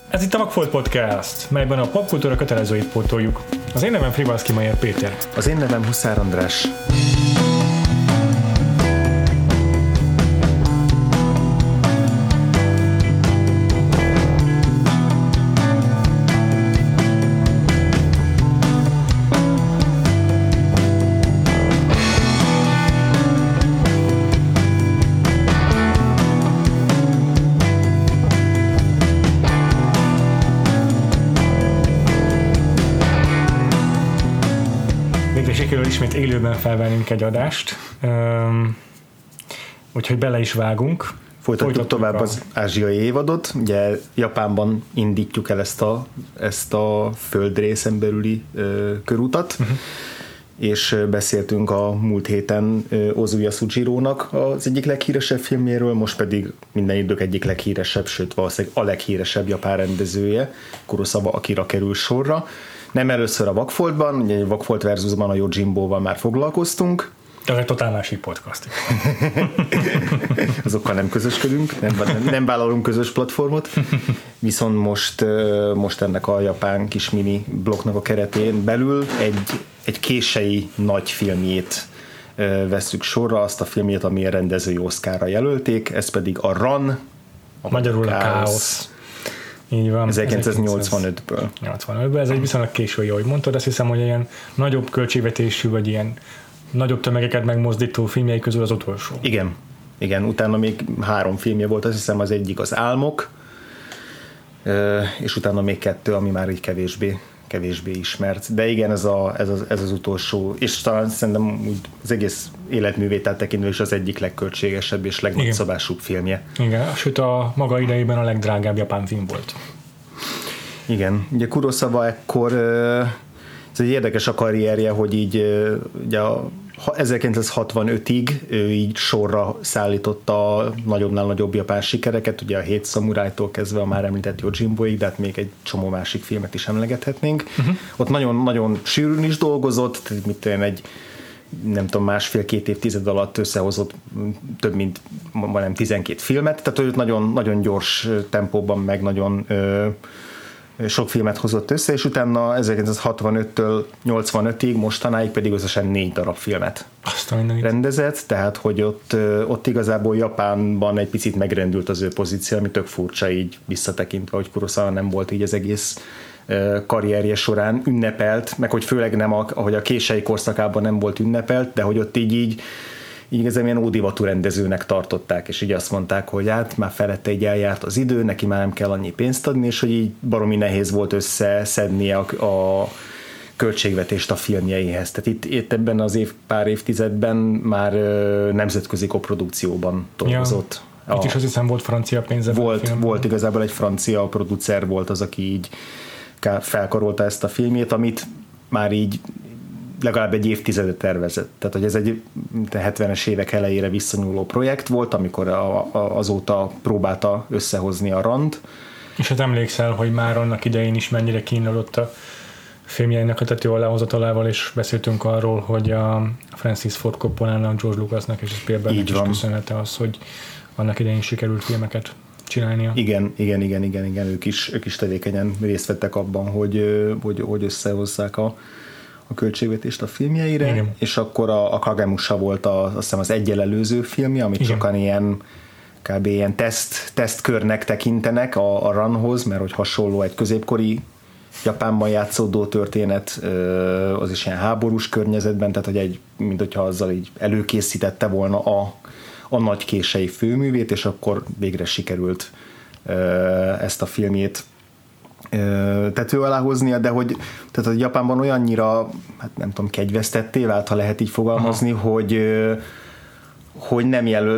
Ez itt a Vagfolt Podcast, melyben a popkultúra kötelezőit pótoljuk. Az én nevem Frivalszky Mayer Péter. Az én nevem Huszár András. Ismét élőben felvennünk egy adást, úgyhogy bele is vágunk. Folytatjuk tovább az ázsiai évadot, ugye Japánban indítjuk el ezt a földrészen belüli körutat, és beszéltünk a múlt héten Ozuya Sujiro-nak az egyik leghíresebb filmjéről, most pedig minden idők egyik leghíresebb, sőt valószínűleg a leghíresebb japán rendezője, Kurosawa Akira kerül sorra. Nem először a Vagfoltban, ugye a Vagfolt versusban a Yojimbo-val már foglalkoztunk. Ez egy totál másik podcast. Azokkal nem közösködünk, nem vállalunk közös platformot, viszont most ennek a japán kis mini blokknak a keretén belül egy kései nagy filmjét vesszük sorra, azt a filmjét, ami a rendezői Oscarra jelölték, ez pedig a Run, magyarul a Káosz. Így van. 1985-ből. 85-ből, ez egy viszonylag késői, ahogy mondtad, azt hiszem, hogy ilyen nagyobb költségvetésű, vagy ilyen nagyobb tömegeket megmozdító filmjei közül az utolsó. Igen, utána még 3 filmje volt, azt hiszem az egyik az Álmok, és utána még 2, ami már így kevésbé ismert. De igen, ez az utolsó, és talán szerintem úgy az egész életművét tekintve is az egyik legköltségesebb és legnagyszabásúbb filmje. Igen, sőt a maga idejében a legdrágább japán film volt. Igen, ugye Kurosawa ekkor, ez egy érdekes a karrierje, hogy így ugye 1965-ig ő így sorra szállította a nagyobbnál nagyobb japán sikereket, ugye a 7 szamurájtól kezdve a már említett Yojimboig, de hát még egy csomó másik filmet is emlegethetnénk. Ott nagyon-nagyon sűrűn is dolgozott, egy nem tudom, 1,5-2 évtized alatt összehozott több mint majdnem 12 filmet, tehát ő nagyon, nagyon gyors tempóban meg nagyon sok filmet hozott össze, és utána 1965-től 85-ig, mostanáig pedig összesen 4 darab filmet rendezett, tehát hogy ott igazából Japánban egy picit megrendült az ő pozíció, ami tök furcsa így visszatekintve, hogy Kurosawa nem volt így az egész karrierje során ünnepelt, meg hogy főleg nem, ahogy a kései korszakában nem volt ünnepelt, de hogy ott így igazából ilyen ódivatú rendezőnek tartották, és így azt mondták, hogy hát már felette így eljárt az idő, neki már nem kell annyi pénzt adni, és hogy így baromi nehéz volt összeszedni a költségvetést a filmjeihez. Tehát itt ebben az pár évtizedben már nemzetközi koprodukcióban dolgozott. Ja, itt is azt hiszem volt francia pénze. Volt igazából egy francia producer volt az, aki így felkarolta ezt a filmjét, amit már így legalább egy évtizedet tervezett. Tehát, hogy ez egy 70-es évek elejére visszanyúló projekt volt, amikor azóta próbálta összehozni a Rant. És hát emlékszel, hogy már annak idején is mennyire kínálott a filmjeinek a tető aláhozatalával, és beszéltünk arról, hogy a Francis Ford Coppolának, George Lucasnak és Spielbergnek is köszönhette az, hogy annak idején sikerült filmeket csinálnia. Igen, ők is tevékenyen részt vettek abban, hogy összehozzák a költségvetést a filmjeire, igen. És akkor a Kagemusha volt azt hiszem az egyel előző filmje, amit igen. Sokan kb. Ilyen tesztkörnek tekintenek a Runhoz, mert hogy hasonló egy középkori Japánban játszódó történet, az is ilyen háborús környezetben, tehát hogy mint hogyha azzal így előkészítette volna a nagy kései főművét, és akkor végre sikerült ezt a filmjét tető alá hoznia, de tehát a Japánban olyannyira, hát nem tudom, kegyvesztetté vált, ha lehet így fogalmazni, hogy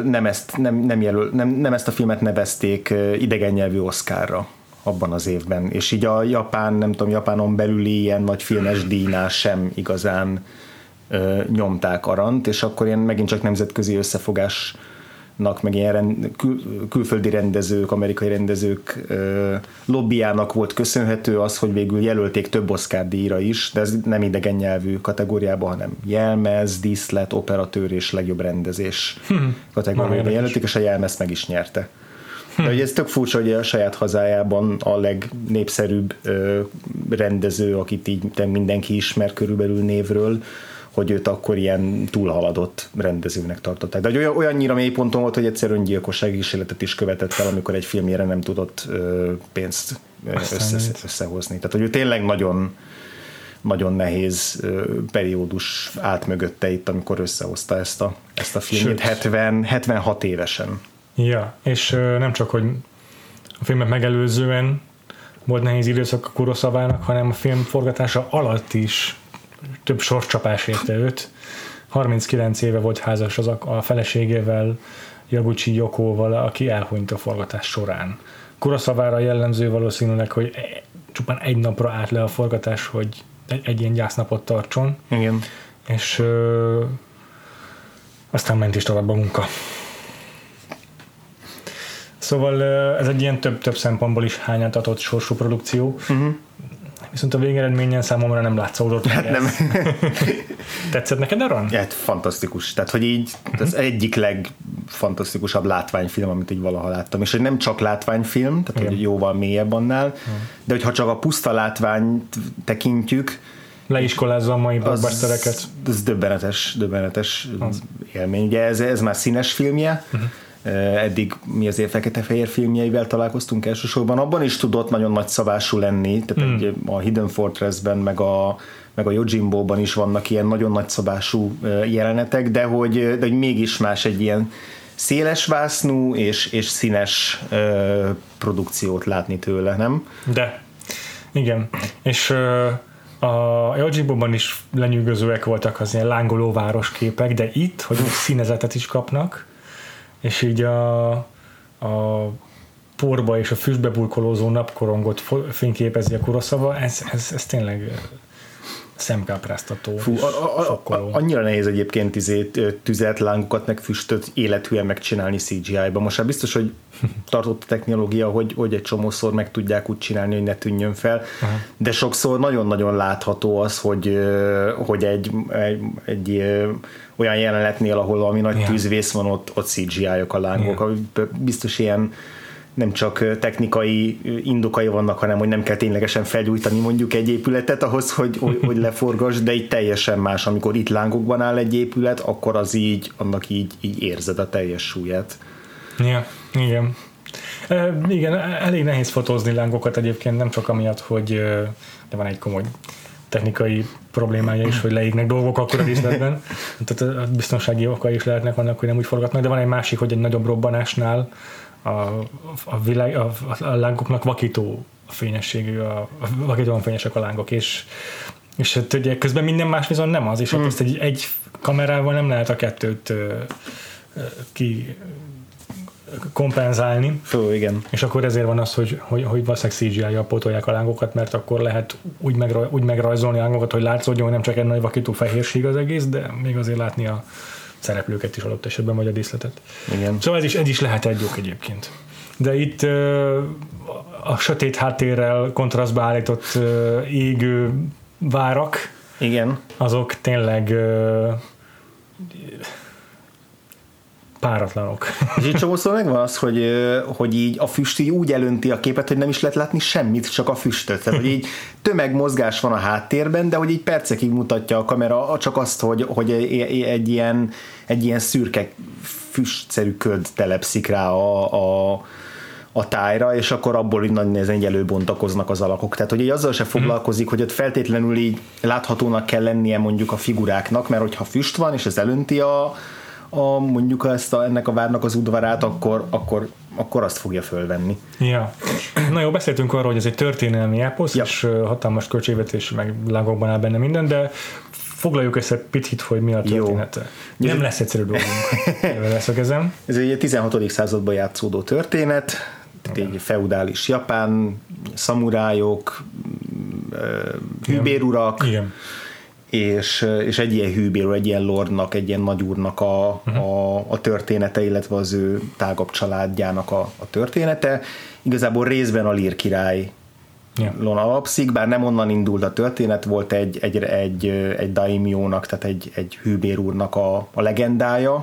nem ezt a filmet nevezték idegen nyelvű Oscarra abban az évben, és így a Japánon belüli ilyen nagy filmes díjnál sem igazán nyomták a Rant, és akkor ilyen megint csak nemzetközi összefogás meg ilyen külföldi rendezők, amerikai rendezők lobbyának volt köszönhető az, hogy végül jelölték több Oscar díjra is, de ez nem idegen nyelvű kategóriában, hanem jelmez, díszlet, operatőr és legjobb rendezés kategóriában jelölték, és a jelmez meg is nyerte. De hogy ez tök furcsa, hogy a saját hazájában a legnépszerűbb rendező, akit így mindenki ismer körülbelül névről, hogy őt akkor ilyen túlhaladott rendezőnek tartották. De hogy olyannyira mély ponton volt, hogy egyszer öngyilkossági kísérletet is követett el, amikor egy filmjére nem tudott pénzt összehozni. Tehát, hogy ő tényleg nagyon, nagyon nehéz periódus állt mögötte itt, amikor összehozta ezt a filmet 76 évesen. Ja, és nem csak, hogy a filmet megelőzően volt nehéz időszak a Kurosavának, hanem a film forgatása alatt is több sorscsapás érte őt. 39 éve volt házas a feleségével, Yaguchi Yokóval, aki elhunyt a forgatás során. Kurosavára jellemző valószínűleg, hogy csupán egy napra állt le a forgatás, hogy egy ilyen gyásznapot tartson. Igen. És aztán ment is tovább a munka. Szóval ez egy ilyen több szempontból is hányatatott sorsú produkció. Viszont a végeredményen számomra nem látszódott. Hát nem. Tetszett neked arra? Hát fantasztikus. Tehát, hogy így az egyik legfantasztikusabb látványfilm, amit így valaha láttam. És hogy nem csak látványfilm, tehát hogy jóval mélyebb annál, de hogyha csak a puszta látványt tekintjük, leiskolázza a mai blockbustereket. Ez döbbenetes élmény. Ugye ez már színes filmje, eddig mi azért fekete-fehér filmjeivel találkoztunk elsősorban, abban is tudott nagyon nagy szabású lenni, tehát a Hidden Fortressben meg a Yojimbo-ban is vannak ilyen nagyon nagy szabású jelenetek, de hogy mégis más egy ilyen széles vásznú és színes produkciót látni tőle, nem? De, igen. És a Yojimbo-ban is lenyűgözőek voltak az ilyen lángoló városképek, de itt, hogy színezetet is kapnak, és így a porba és a füstbe burkolózó napkorongot fényképezi a Kurosawa, ez tényleg szemkápráztató. Annyira nehéz egyébként tüzet, lángokat, meg füstöt élethűen megcsinálni CGI-ban. Most már biztos, hogy tartott a technológia, hogy egy csomószor meg tudják úgy csinálni, hogy ne tűnjön fel, de sokszor nagyon-nagyon látható az, hogy egy olyan jelenetnél, ahol valami nagy tűzvész van, ott CGI-ok a lángok. Biztos ilyen nem csak technikai indokai vannak, hanem hogy nem kell ténylegesen felgyújtani mondjuk egy épületet ahhoz, hogy leforgass, de így teljesen más. Amikor itt lángokban áll egy épület, akkor az annak így érzed a teljes súlyát. Ja, igen. Igen, elég nehéz fotózni lángokat egyébként, nem csak amiatt, hogy de van egy komoly technikai problémája is, hogy leégnek dolgok akkor a díszletben. Tehát a biztonsági okai is lehetnek annak, hogy nem úgy forgatnak, de van egy másik, hogy egy nagyobb robbanásnál a lángoknak vakító a fényességű, vakítóan fényesek a lángok, és hát ugye közben minden más viszont nem az, és hát ezt egy kamerával nem lehet a kettőt kompenzálni. Igen. És akkor ezért van az, hogy valószínűleg CGI-jal pótolják a lángokat, mert akkor lehet úgy megrajzolni a lángokat, hogy látszódjon, hogy nem csak egy nagy vakító fehérség az egész, de még azért látni a szereplőket is adott esetben, vagy a díszletet. Igen. Szóval ez is lehet egy ok egyébként. De itt a sötét háttérrel kontrasztba állított égő várak, igen, azok tényleg páratlanok. És így csomószor megvan az, hogy így a füst így úgy elönti a képet, hogy nem is lehet látni semmit, csak a füstöt. Tehát, hogy így tömegmozgás van a háttérben, de hogy így percekig mutatja a kamera csak azt, hogy egy ilyen szürke füstszerű köd telepszik rá a tájra, és akkor abból így nagy nehezen előbontakoznak az alakok. Tehát, hogy így azzal se foglalkozik, hogy ott feltétlenül így láthatónak kell lennie mondjuk a figuráknak, mert hogyha füst van, és ez elönti mondjuk ennek a várnak az udvarát, akkor azt fogja fölvenni. Ja. Na jó, beszéltünk arról, hogy ez egy történelmi eposz, és hatalmas költségvetés, meg lángokban áll benne minden, de foglaljuk össze picit, hogy mi a története. Jó. Nem lesz egyszerű dolgunk. Ez egy 16. században játszódó történet, egy feudális Japán, szamurájok, hűbérurak, igen. És egy ilyen hűbérő, egy ilyen lordnak, egy ilyen nagyúrnak a története, illetve az ő tágabb családjának a története. Igazából részben a Lír király alapszik, bár nem onnan indult a történet, volt egy daimjónak, tehát egy hűbér úrnak a legendája,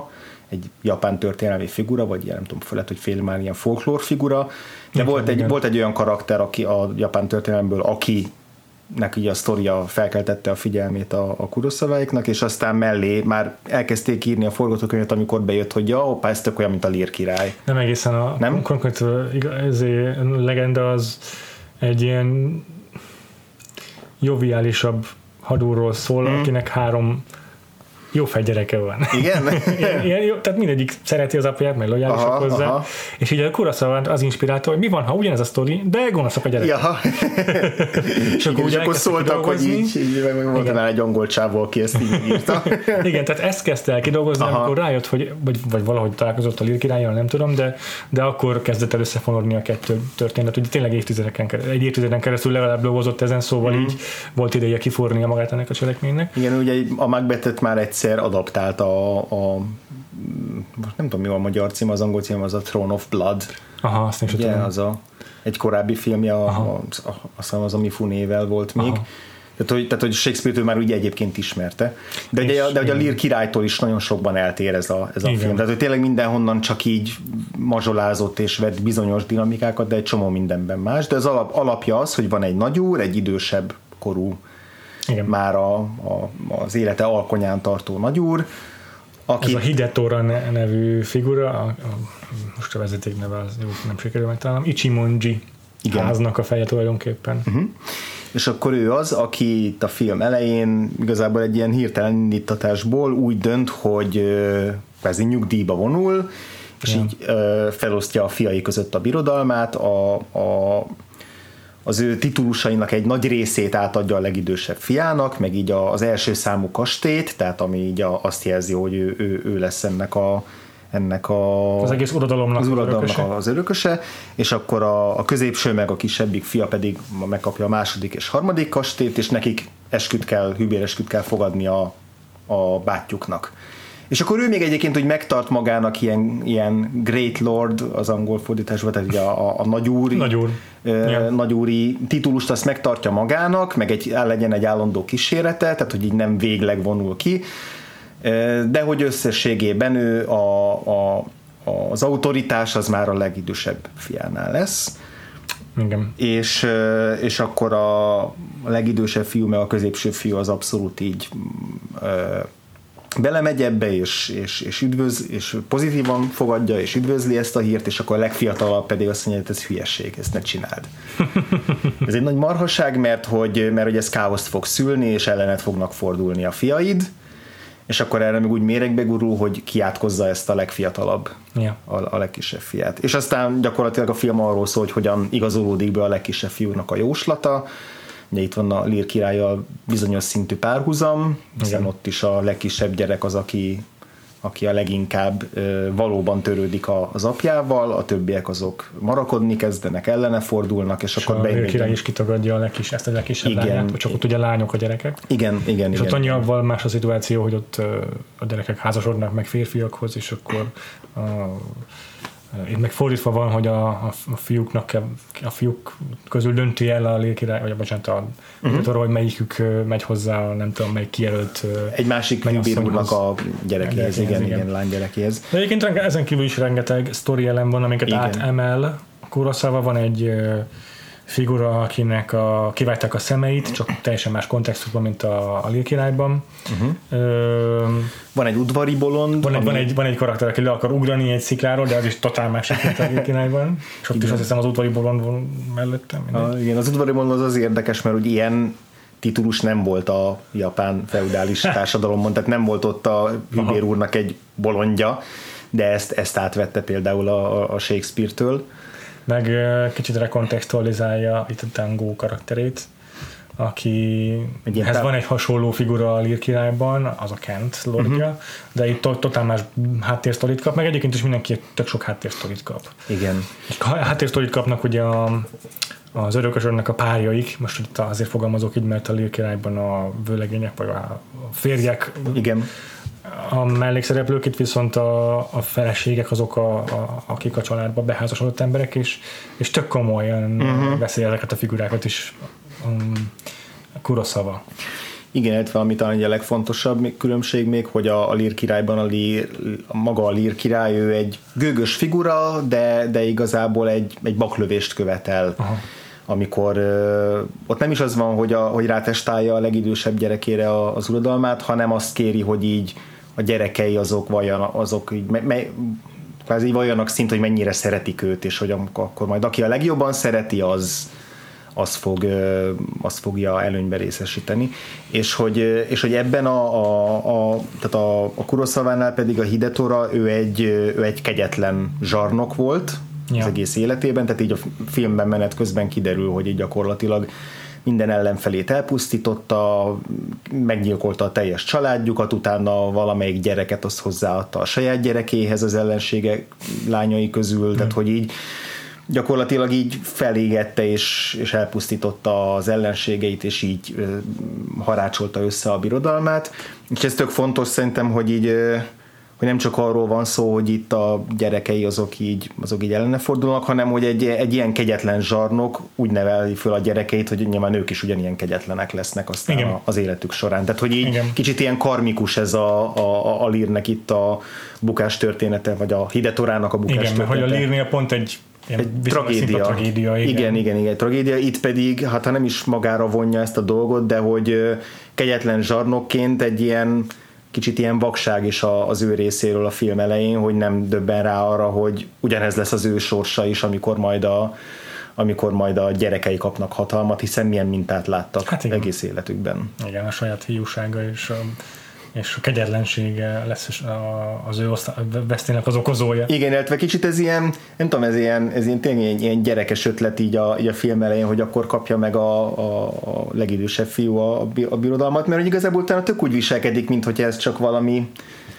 egy japán történelmi figura, vagy ilyen, nem tudom, lehet, hogy fél már ilyen folklór figura, de volt egy olyan karakter, aki a japán történelemből, akinek így a sztoria felkeltette a figyelmét a Kurosawaiknak, és aztán mellé már elkezdték írni a forgatókönyvet, amikor bejött, hogy ja, hoppá, ez tök olyan, mint a Lír király. Nem egészen a konkrét legenda az egy ilyen joviálisabb hadúrról szól, akinek 3 jó fejgyereke van. Igen? Ilyen, tehát mindegyik szereti az apját, meg lojálisak hozzá. És így a Kurosawa az inspirálta, hogy mi van, ha ugyanez a sztori, de gonoszak a gyerekek. És akkor szóltak, hogy így mondanál egy angol csávó, aki ezt így írta. Igen, tehát ezt kezdte el kidolgozni, amikor rájött, hogy, vagy valahogy találkozott a Lír királlyal, nem tudom, de akkor kezdett el összefonódni a 2 történet, hogy tényleg egy évtizeden keresztül legalább dolgozott ezen, szóval így volt ideje kifornia magát ennek a cselekménynek. Igen, ugye a Macbethet már egyszer adaptálta a nem tudom mi a magyar cím, az angol cím az a Throne of Blood. Aha, azt nem tudom. Az egy korábbi filmje, aztán az a Mifune-vel volt még. Tehát, hogy Shakespeare-től már ugye egyébként ismerte. De hogy a Lír királytól is nagyon sokban eltér ez a film. Tehát, hogy tényleg mindenhonnan csak így mazsolázott és vett bizonyos dinamikákat, de egy csomó mindenben más. De az alapja az, hogy van egy nagyúr, egy idősebb korú, már az élete alkonyán tartó nagyúr. Ez a Hidetora nevű figura, most a vezeték neve az jó, nem sikerül megtalálnom, Ichimonji háznak a feje tulajdonképpen. És akkor ő az, aki itt a film elején igazából egy ilyen hirtelen indítatásból úgy dönt, hogy kvázi nyugdíjba vonul, és így felosztja a fiai között a birodalmát, az ő titulusainak egy nagy részét átadja a legidősebb fiának, meg így az első számú kastélyt, tehát ami így azt jelzi, hogy ő lesz ennek az egész uradalomnak az örököse, és akkor a középső meg a kisebbik fia pedig megkapja a második és harmadik kastélyt, és nekik hűbéresküt kell fogadni a bátyjuknak. És akkor ő még egyébként úgy megtart magának ilyen Great Lord, az angol fordításban, tehát ugye a nagyúri titulust azt megtartja magának, meg legyen egy állandó kísérete, tehát hogy így nem végleg vonul ki, de hogy összességében ő az autoritás az már a legidősebb fiánál lesz. Igen. És akkor a legidősebb fiú, meg a középső fiú az abszolút így belemegy ebbe, és pozitívan fogadja, és üdvözli ezt a hírt, és akkor a legfiatalabb pedig azt mondja, hogy ez hülyeség, ezt ne csináld. Ez egy nagy marhaság, mert hogy ez káoszt fog szülni, és ellened fognak fordulni a fiaid, és akkor erre még úgy méregbe gurul, hogy kiátkozza ezt a legfiatalabb, a legkisebb fiát. És aztán gyakorlatilag a film arról szól, hogy hogyan igazolódik be a legkisebb fiúnak a jóslata. Ugye itt van a Lír királlyal bizonyos szintű párhuzam, hiszen ott is a legkisebb gyerek az, aki a leginkább valóban törődik az apjával, a többiek azok marakodni kezdenek, ellene fordulnak, és akkor a Lír király is kitagadja ezt a legkisebb lányát, csak ott ugye lányok a gyerekek. Igen. És ott annyival más a szituáció, hogy ott a gyerekek házasodnak meg férfiakhoz, és akkor itt meg fordítva van, hogy a fiúk közül dönti el a Lír király, vagy bocsánat, arról, hogy melyikük megy hozzá, nem tudom, melyik kijelölt egy másik hűbér úrnak a gyerekéhez, igen, lánygyerekéhez. De egyébként ezen kívül is rengeteg sztori elem van, amiket átemel. Kurosawa van egy figura, akinek kivágták a szemeit, csak teljesen más kontextusban, mint a Lír királyban. Van egy udvari bolond. Van egy karakter, aki le akar ugrani egy szikláról, de az is totál más, mint a Lír királyban. És ott is azt hiszem az udvari bolond van mellettem. Igen, az udvari bolond az érdekes, mert úgy ilyen titulus nem volt a japán feudális társadalomban, tehát nem volt ott a hűbér úrnak egy bolondja, de ezt átvette például a Shakespeare-től. Meg kicsit rekontextualizálja itt a Dango karakterét, akihez van egy hasonló figura a Lír királyban, az a Kent lordja, de itt totál más háttérsztorit kap, meg egyébként is mindenki tök sok háttérsztorit kap. Igen. Háttérsztorit kapnak ugye az örökösödnek a párjaik, most itt azért fogalmazok így, mert a Lír királyban a vőlegények, vagy a férjek, igen, a mellékszereplők, itt viszont a feleségek azok, akik a családba beházasodott emberek, és tök komolyan veszi ezeket a figurákat is Kurosawa. Igen, illetve ami talán a legfontosabb különbség még, hogy a Lear királyban maga a Lear király, ő egy gőgös figura, de igazából egy baklövést követel. Aha. Amikor ott nem is az van, hogy rátestálja a legidősebb gyerekére az uradalmát, hanem azt kéri, hogy így a gyerekei azok így kvázi valljanak szint, hogy mennyire szeretik őt, és hogy akkor majd aki a legjobban szereti, az fogja előnybe részesíteni. És hogy ebben tehát a Kurosawánál pedig a Hidetora, ő egy kegyetlen zsarnok volt az egész életében, tehát így a filmben menet közben kiderül, hogy így gyakorlatilag minden ellenfelét elpusztította, meggyilkolta a teljes családjukat, utána valamelyik gyereket azt hozzáadta a saját gyerekéhez az ellenségek lányai közül, tehát hogy így gyakorlatilag így felégette és elpusztította az ellenségeit, és így harácsolta össze a birodalmát. És ez tök fontos szerintem, hogy nem csak arról van szó, hogy itt a gyerekei azok így ellene fordulnak, hanem hogy egy ilyen kegyetlen zsarnok úgy neveli föl a gyerekeit, hogy nyilván ők is ugyanilyen kegyetlenek lesznek aztán az életük során. Tehát, hogy így kicsit ilyen karmikus ez a Learnek itt a bukás története, vagy a Hidetorának a bukás története. Igen, hogy a Learnél pont egy tragédia. Igen, tragédia. Itt pedig, hát ha nem is magára vonja ezt a dolgot, de hogy kegyetlen zsarnokként egy ilyen kicsit ilyen vakság is az ő részéről a film elején, hogy nem döbben rá arra, hogy ugyanez lesz az ő sorsa is, amikor majd a gyerekei kapnak hatalmat, hiszen milyen mintát láttak egész életükben. Igen, a saját hiúsága és a kegyetlensége lesz az ő vesztének az okozója. Igen, illetve kicsit ez ilyen, nem tudom, ez ilyen tényleg ilyen gyerekes ötlet így a film elején, hogy akkor kapja meg a legidősebb fiú a birodalmat, mert hogy igazából utána tök úgy viselkedik, mint hogy ez csak valami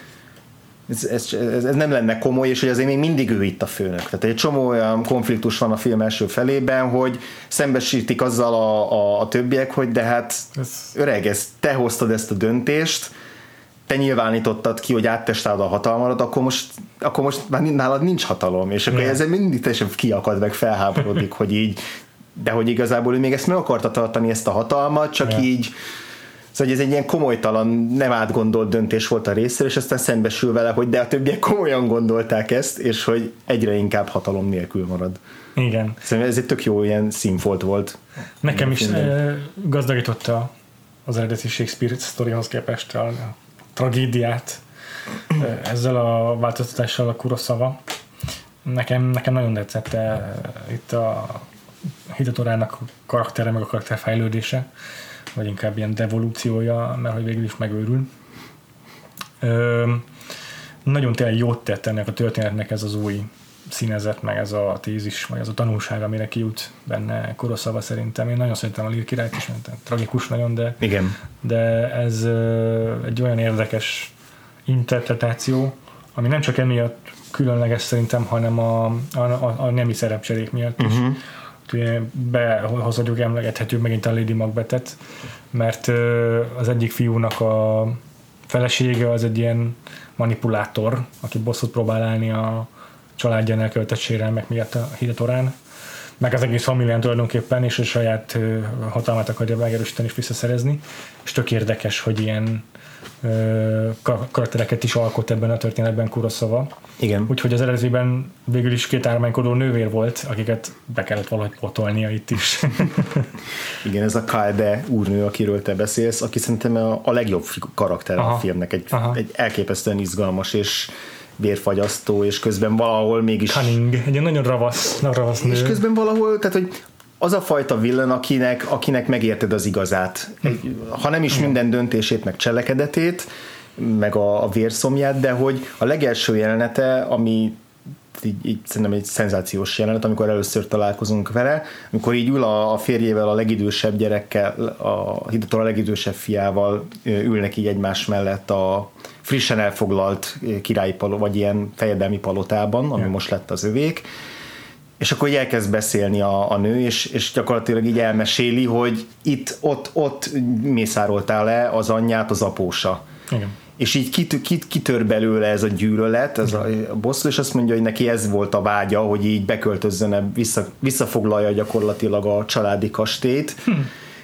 ez nem lenne komoly, és hogy azért még mindig ő itt a főnök. Tehát egy csomó olyan konfliktus van a film első felében, hogy szembesítik azzal a többiek, hogy de hát öreg, te hoztad ezt a döntést, te nyilvánítottad ki, hogy áttestálod a hatalmadat, akkor most már nálad nincs hatalom, és akkor ezzel mindig teljesen kiakad, meg felháborodik, hogy így, de hogy igazából ő még ezt meg akarta tartani, ezt a hatalmat, csak így, szóval ez egy ilyen komolytalan, nem átgondolt döntés volt a részéről, és aztán szembesül vele, hogy de a többiek komolyan gondolták ezt, és hogy egyre inkább hatalom nélkül marad. Igen. Szerintem ez egy tök jó ilyen színfolt volt. Nekem is gazdagította az eredeti Shakespeare sztorihoz képest a tragédiát ezzel a változtatással a Kurosawa. Nekem nagyon tetszett itt a Hidetorának karaktere, meg a karakter fejlődése, vagy inkább ilyen devolúciója, mert hogy végül is megőrül. Nagyon tényleg jót tett ennek a történetnek ez az új színezet, meg ez a tézis, vagy ez a tanulság, amire kijut benne Kurosawa szerintem. Én nagyon szeretem a Lear királyt is, mert tragikus nagyon, de ez egy olyan érdekes interpretáció, ami nem csak emiatt különleges szerintem, hanem a nemi szerepcserék miatt is. Behozhatjuk, emlegethetjük megint a Lady Macbethet, mert az egyik fiúnak a felesége az egy ilyen manipulátor, aki bosszút próbál állni a családján elkövetett sérelmek miatt a Hidetorán, meg az egész familián tulajdonképpen, és a saját hatalmát akarja megerősíteni és visszaszerezni, és tök érdekes, hogy ilyen karaktereket is alkot ebben a történetben Kurosawa. Igen. Úgyhogy az eredetiben végül is két ármánykodó nővér volt, akiket be kellett valahogy potolnia itt is. Igen, ez a Kaede úrnő, akiről te beszélsz, aki szerintem a legjobb karakter a filmnek. Egy elképesztően izgalmas és vérfagyasztó, és közben valahol mégis... Cunning, egy nagyon ravasz nő. És közben valahol, tehát hogy az a fajta villain, akinek megérted az igazát. Ha nem is minden döntését, meg cselekedetét, meg a vérszomját, de hogy a legelső jelenete, ami így szerintem egy szenzációs jelenet, amikor először találkozunk vele, amikor így ül a férjével, a legidősebb gyerekkel, a Hidetora legidősebb fiával ülnek így egymás mellett a frissen elfoglalt királyi vagy ilyen fejedelmi palotában, ami most lett az övék, és akkor így elkezd beszélni a nő, és gyakorlatilag így elmeséli, hogy ott mészároltál le az anyját az apósa. Igen. És így kitör belőle ez a gyűlölet, ez a bosszú, és azt mondja, hogy neki ez volt a vágya, hogy így beköltözzön, visszafoglalja gyakorlatilag a családi kastélyt,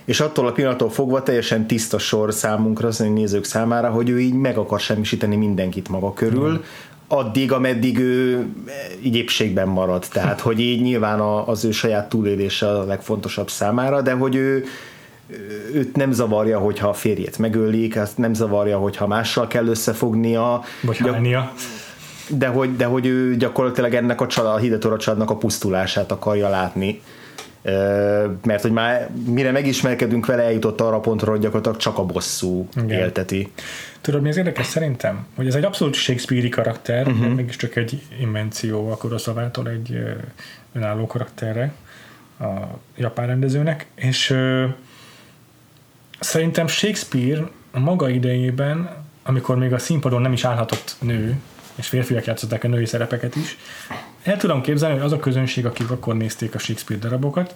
és attól a pillanattól fogva teljesen tiszta sor számunkra, az nézők számára, hogy ő így meg akar semmisíteni mindenkit maga körül, addig, ameddig ő így épségben marad. Tehát, hogy így nyilván az ő saját túlélése a legfontosabb számára, de hogy őt nem zavarja, hogyha a férjét megölik, azt nem zavarja, hogyha mással kell összefognia. Vagy hánynia. De hogy ő gyakorlatilag ennek a Hidetora családnak a pusztulását akarja látni. Mert hogy már mire megismerkedünk vele, eljutott arra pontra, hogy gyakorlatilag csak a bosszú élteti. Tudod, mi az érdekes szerintem? Hogy ez egy abszolút Shakespeare-i karakter, mégiscsak egy invenció a Kurosawától egy önálló karakterre a japán rendezőnek, és szerintem Shakespeare a maga idejében, amikor még a színpadon nem is állhatott nő, és férfiak játszották a női szerepeket is, el tudom képzelni, hogy az a közönség, akik akkor nézték a Shakespeare darabokat,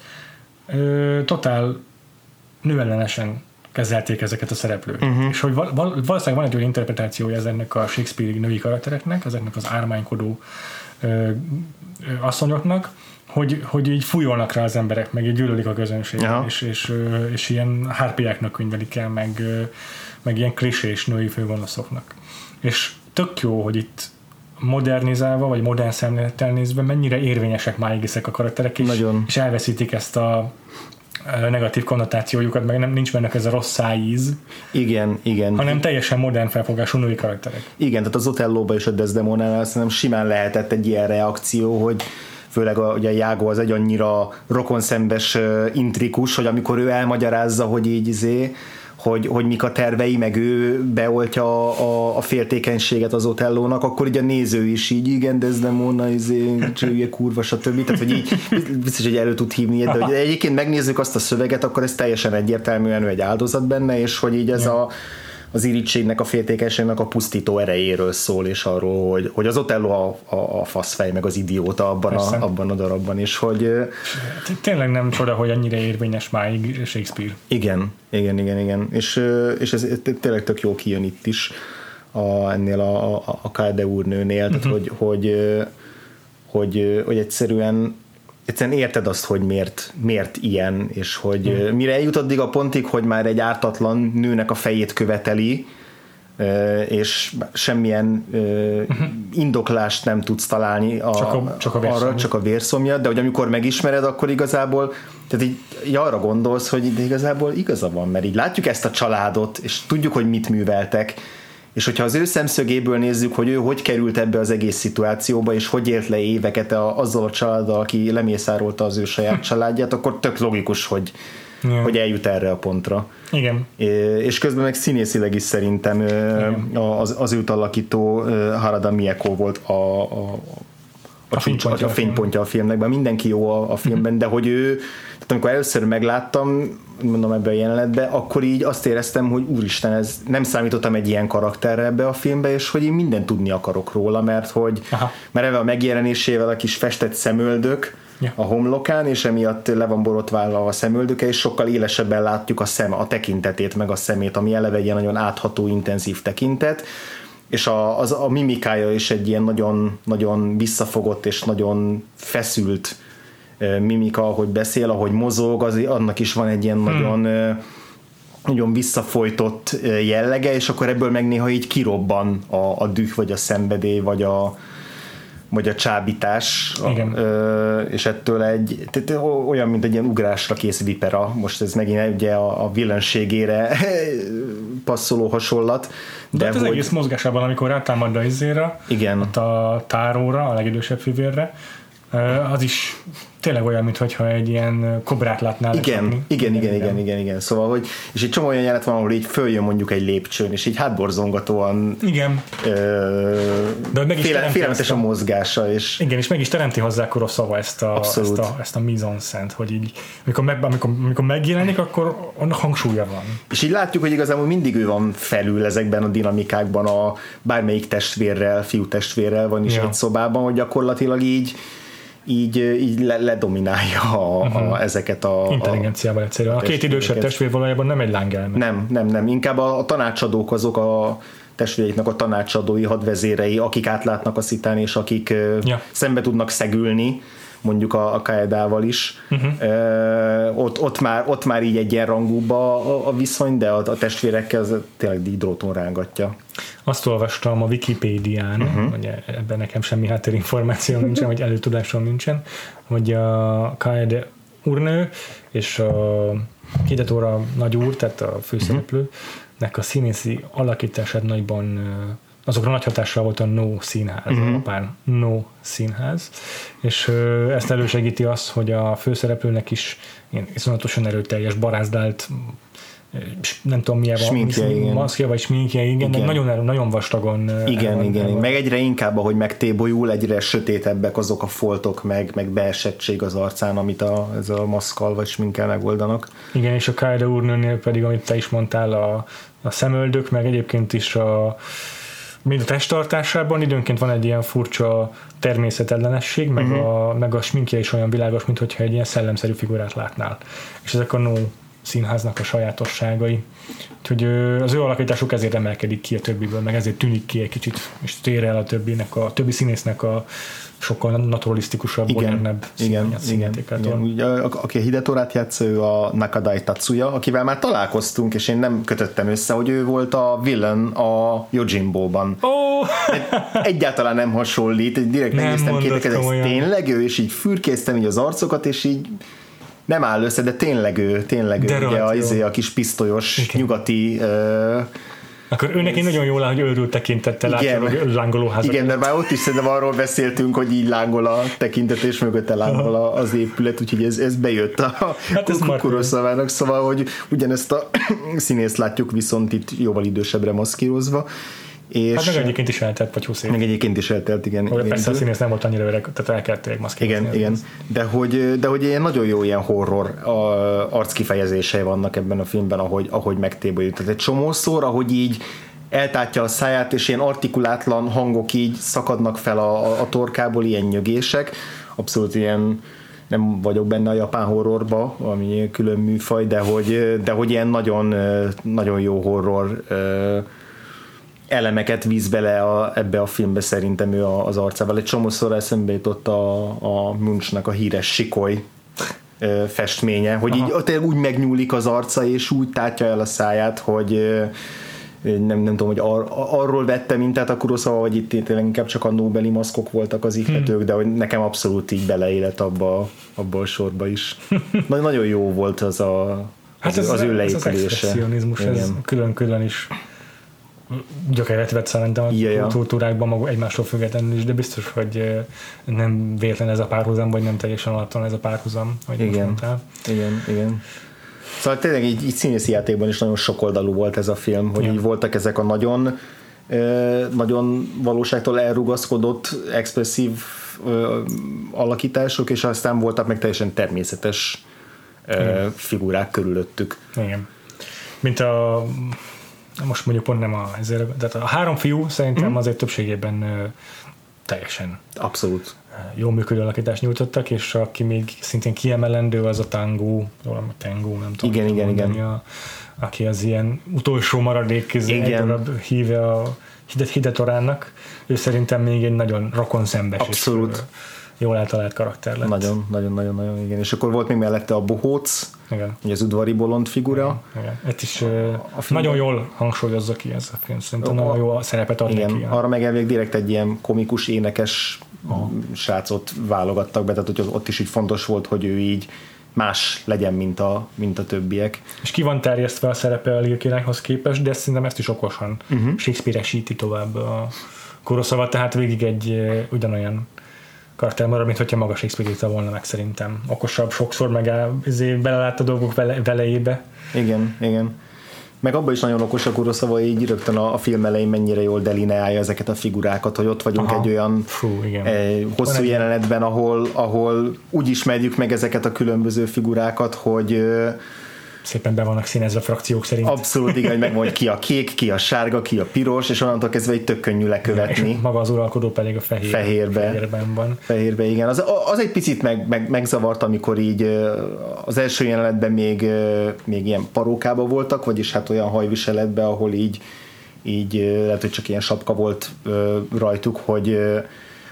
totál nőellenesen kezelték ezeket a szereplőket. És hogy valószínűleg van egy olyan interpretációja ezeknek a Shakespeare-i női karaktereknek, ezeknek az ármánykodó asszonyoknak, hogy így fújolnak rá az emberek, meg így gyűlölik a közönség, és ilyen hárpiáknak könyvelik el, meg ilyen klisés női főgonoszoknak. És tök jó, hogy itt modernizálva, vagy modern szemlélettel nézve mennyire érvényesek máig ezek a karakterek, és elveszítik ezt a negatív konnotációjukat, meg nincs benne ez a rossz szájíz. Igen. Hanem teljesen modern felfogású női karakterek. Igen, tehát az Otelloban és a Desdemonánál szerintem simán lehetett egy ilyen reakció, hogy főleg ugye a Iago az egy annyira rokonszembes intrikus, hogy amikor ő elmagyarázza, hogy így hogy mik a tervei, meg ő beoltja a féltékenységet az Otellónak, akkor így a néző is így, igen, Desdemona, csője, kurva, stb. Tehát, hogy így biztos, hogy elő tud hívni, de hogy egyébként megnézzük azt a szöveget, akkor ez teljesen egyértelműen ő egy áldozat benne, és hogy így ez az irítségnek, a féltékenységnek a pusztító erejéről szól, és arról, hogy az Otello a faszfej, meg az idióta abban a darabban, és hogy... Tényleg nem csoda, hogy annyira érvényes máig Shakespeare. Igen. És ez tényleg tök jó kijön itt is ennél a Kálde úrnőnél, tehát hogy egyszerűen érted azt, hogy miért ilyen, és hogy mire eljut addig a pontig, hogy már egy ártatlan nőnek a fejét követeli, és semmilyen indoklást nem tudsz találni csak a vérszomja, de hogy amikor megismered, akkor igazából tehát így arra gondolsz, hogy de igazából igaza van, mert így látjuk ezt a családot, és tudjuk, hogy mit műveltek, és hogyha az ő szemszögéből nézzük, hogy ő hogy került ebbe az egész szituációba, és hogy élt le éveket azzal a családdal, aki lemészárolta az ő saját családját, akkor tök logikus, hogy eljut erre a pontra. Igen. És közben meg színészileg is szerintem az őt alakító Harada Mieko volt a fénypontja a filmnek, bár mindenki jó a filmben, de hogy ő, tehát amikor először megláttam, mondom ebbe a jelenetbe, akkor így azt éreztem, hogy úristen, ez nem számítottam egy ilyen karakterre ebbe a filmbe, és hogy én mindent tudni akarok róla, mert ebben a megjelenésével a kis festett szemöldök a homlokán, és emiatt le van borotválva a szemöldöke, és sokkal élesebben látjuk a tekintetét, meg a szemét, ami eleve egy ilyen nagyon átható, intenzív tekintet, és a mimikája is egy ilyen nagyon, nagyon visszafogott és nagyon feszült mimika, ahogy beszél, ahogy mozog, annak is van egy ilyen nagyon visszafolytott jellege, és akkor ebből meg néha így kirobban a düh, vagy a szenvedély, vagy a csábítás, és ettől olyan, mint egy ilyen ugrásra kész vipera, most ez megint ugye a villanségére passzoló hasonlat. De az egész mozgásában, amikor rátámad a izére, a táróra, a legidősebb fivérre, az is tényleg olyan, mintha egy ilyen kobrát látnál. Igen. Szóval, hogy és egy csomó olyan jelenet van, ahol így följön mondjuk egy lépcsőn, és így hátborzongatóan félelmetes a mozgása. És igen, és meg is teremti hozzá Kurosawa ezt a mise-en-scène-t, hogy így, amikor megjelenik, akkor annak hangsúlya van. És így látjuk, hogy igazából mindig ő van felül ezekben a dinamikákban, a bármelyik testvérrel, fiú testvérrel van is egy szobában, hogy gyakorlatilag így ledominálja ezeket a... Intelligenciával egyszerűen. A két idősebb testvér valójában nem egy lángelme. Nem. Inkább a tanácsadók azok a testvéreiknek a tanácsadói, hadvezérei, akik átlátnak a szitán, és akik szembe tudnak szegülni mondjuk a Kaedával is. Ott már így egyenrangúbb a viszony, de a testvérekkel az tényleg így dróton rángatja. Azt olvastam a Wikipédián, hogy ebben nekem semmi háttérinformáció nincsen, vagy előtudásom nincsen, hogy a Kaede úrnő és a Hidetora nagyúr, tehát a főszereplőnek a színészi alakítását nagyban azokra nagy hatással volt a No színház, apán No színház, és ezt elősegíti az, hogy a főszereplőnek is ilyen iszonyatosan erőteljes, barázdált, nem tudom milyen maszkja vagy sminkje, igen. De nagyon, nagyon vastagon. Igen. Meg egyre inkább, ahogy megtébolyul, egyre sötétebbek azok a foltok, meg beesettség az arcán, amit ez a maszkkal vagy sminkkel megoldanak. Igen, és a Kaede úrnőnél pedig, amit te is mondtál, a szemöldök, meg egyébként is mind a testtartásában időnként van egy ilyen furcsa természetellenesség, meg a sminkje is olyan világos, mintha egy ilyen szellemszerű figurát látnál. És ezek a No színháznak a sajátosságai. Úgyhogy az ő alakításuk ezért emelkedik ki a többiből, meg ezért tűnik ki egy kicsit, és tér el a többi színésznek a sokkal naturalisztikusabb, modernebb színjátékától. Aki a Hidetorát játsza, ő a Nakadai Tatsuya, akivel már találkoztunk, és én nem kötöttem össze, hogy ő volt a villain a Yojimbo-ban. Egyáltalán nem hasonlít, direkt megnéztem ez tényleg ő, és így fürkésztem így az arcokat, és így nem áll össze, de tényleg ő ugye a kis pisztolyos nyugati akkor őnek én nagyon jól áll, hogy őrült tekintettel látja, hogy lángoló házak. Igen, de már ott is szerintem arról beszéltünk, hogy így lángol a tekintet, és mögötte lángol az épület, úgyhogy ez bejött a Kurosavának, szóval, hogy ugyanezt a színészt látjuk, viszont itt jóval idősebbre maszkírozva. És hát meg egyébként is eltelt, vagy 20 év. Meg egyébként is eltelt, igen. Persze a színész nem volt annyira öreg, tehát el kellett tényleg maszkírozni. Igen. De hogy ilyen nagyon jó ilyen horror arckifejezései vannak ebben a filmben, ahogy megtébolyult. Tehát egy csomószor, ahogy így eltátja a száját, és ilyen artikulátlan hangok így szakadnak fel a torkából, ilyen nyögések. Abszolút ilyen, nem vagyok benne a japán horrorba, ami külön műfaj, de hogy ilyen nagyon, nagyon jó horror elemeket víz bele ebbe a filmbe szerintem ő az arcával. Egy csomószor eszembe jutott a Munchnak a híres Sikoly festménye, hogy így úgy megnyúlik az arca, és úgy tátja el a száját, hogy nem tudom, hogy arról vette mintát a Kurosawa, vagy itt tényleg inkább csak a Nobeli maszkok voltak az ihletők, de hogy nekem abszolút így beleélet abba a sorba is. Nagyon jó volt az ő leépülése. Ez az expresszionizmus, ez külön-külön is gyökeret vett szerintem a kultúrákban maguk egymástól függetlenül is, de biztos, hogy nem véletlen ez a párhuzam, vagy nem teljesen alaptalan ez a párhuzam, hogy most mondtál. Igen. Szóval tényleg így színészi játékban is nagyon sokoldalú volt ez a film, hogy így voltak ezek a nagyon valóságtól elrugaszkodott, expresszív alakítások, és aztán voltak meg teljesen természetes figurák körülöttük. Igen. Mint most mondjuk pont nem tehát a három fiú szerintem azért többségében teljesen abszolút jó működő alakítást nyújtottak, és aki még szintén kiemelendő, az a Tango, nem tudom. Igen. Aki az ilyen utolsó maradék híve a Hidetorának. Ő szerintem még egy nagyon rokonszenves abszolút jól eltalált karakter lett. Nagyon, igen. És akkor volt még mellette a bohóc, ugye az udvari bolond figura. Igen. Itt is nagyon jól hangsúlyozza ki ez a film, szerintem nagyon jó a szerepet ad neki. Arra meg elvég direkt egy ilyen komikus, énekes srácot válogattak be, tehát hogy ott is így fontos volt, hogy ő így más legyen, mint a többiek. És ki van terjesztve a szerepe a Lír királyhoz képest, de szerintem ezt is okosan Shakespeare-esíti tovább a Kurosawa, tehát végig egy ugyanolyan karakter marad, mint hogyha maga Shakespeare írta volna meg szerintem. Okosabb, sokszor meg belelát a dolgok velejébe. Igen. Meg abban is nagyon okos a Kurosawa, így rögtön a film elején mennyire jól delineálja ezeket a figurákat, hogy ott vagyunk egy olyan hosszú jelenetben, ahol úgy ismerjük meg ezeket a különböző figurákat, hogy szépen be vannak színezve a frakciók szerint. Abszolút, igen, hogy megmondja, ki a kék, ki a sárga, ki a piros, és onnantól kezdve egy tök könnyű lekövetni. És maga az uralkodó pedig a fehérben van. Fehérbe, igen. Az egy picit megzavart, amikor így az első jelenetben még ilyen parókába voltak, vagyis hát olyan hajviseletben, ahol így lehet, hogy csak ilyen sapka volt rajtuk, hogy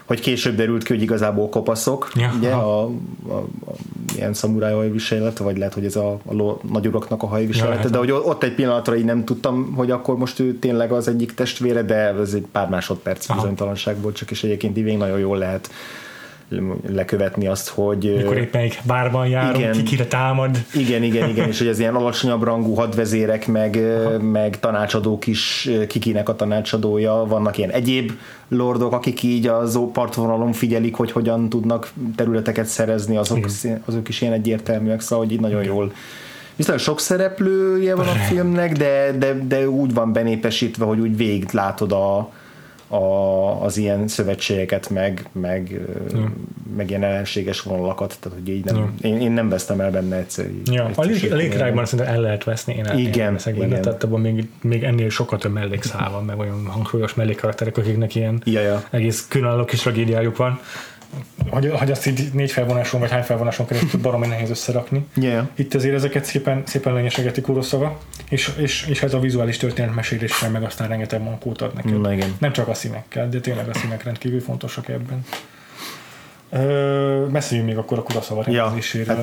hogy később derült ki, hogy igazából kopaszok, ugye, a ilyen szamuráj hajviselet, vagy lehet, hogy ez a nagy uraknak a hajviselete, de hogy ott egy pillanatra így nem tudtam, hogy akkor most ő tényleg az egyik testvére, de ez egy pár másodperc bizonytalanság volt csak, és egyébként így nagyon jól lehet lekövetni azt, hogy... Mikor éppen egy bárban járunk, kikire támad. Igen, és hogy az ilyen alacsonyabb rangú hadvezérek, meg tanácsadók is, kikinek a tanácsadója, vannak ilyen egyéb lordok, akik így az partvonalon figyelik, hogy hogyan tudnak területeket szerezni, azok is ilyen egyértelműek, szóval hogy így nagyon jól. Viszont sok szereplője van a filmnek, de úgy van benépesítve, hogy úgy végig látod az ilyen szövetségeket, meg ilyen ellenséges vonalakat, tehát hogy így nem, én nem vesztem el benne egyszer. A légkirályban szerintem el lehet veszni, én veszek benne, tehát abban még ennél sokkal több mellékszál van, meg olyan hangsúlyos mellékkarakterek, akiknek ilyen egész különálló kis tragédiájuk van. Hogy azt így 4 felvonáson vagy hány felvonáson keresztül baromi nehéz összerakni. Itt azért ezeket szépen lényesegeti Kurosawa, és ez a vizuális történetmeséléssel meg aztán rengeteg mankót ad neki. Nem csak a színekkel, de tényleg a színek rendkívül fontosak ebben. Beszéljünk még akkor a Kurosawa rendezéséről.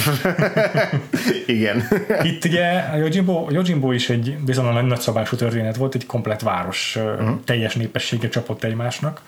Igen. Itt ugye a Yojimbo is egy bizony nagyszabású történet volt, egy komplett város teljes népessége csapott egymásnak.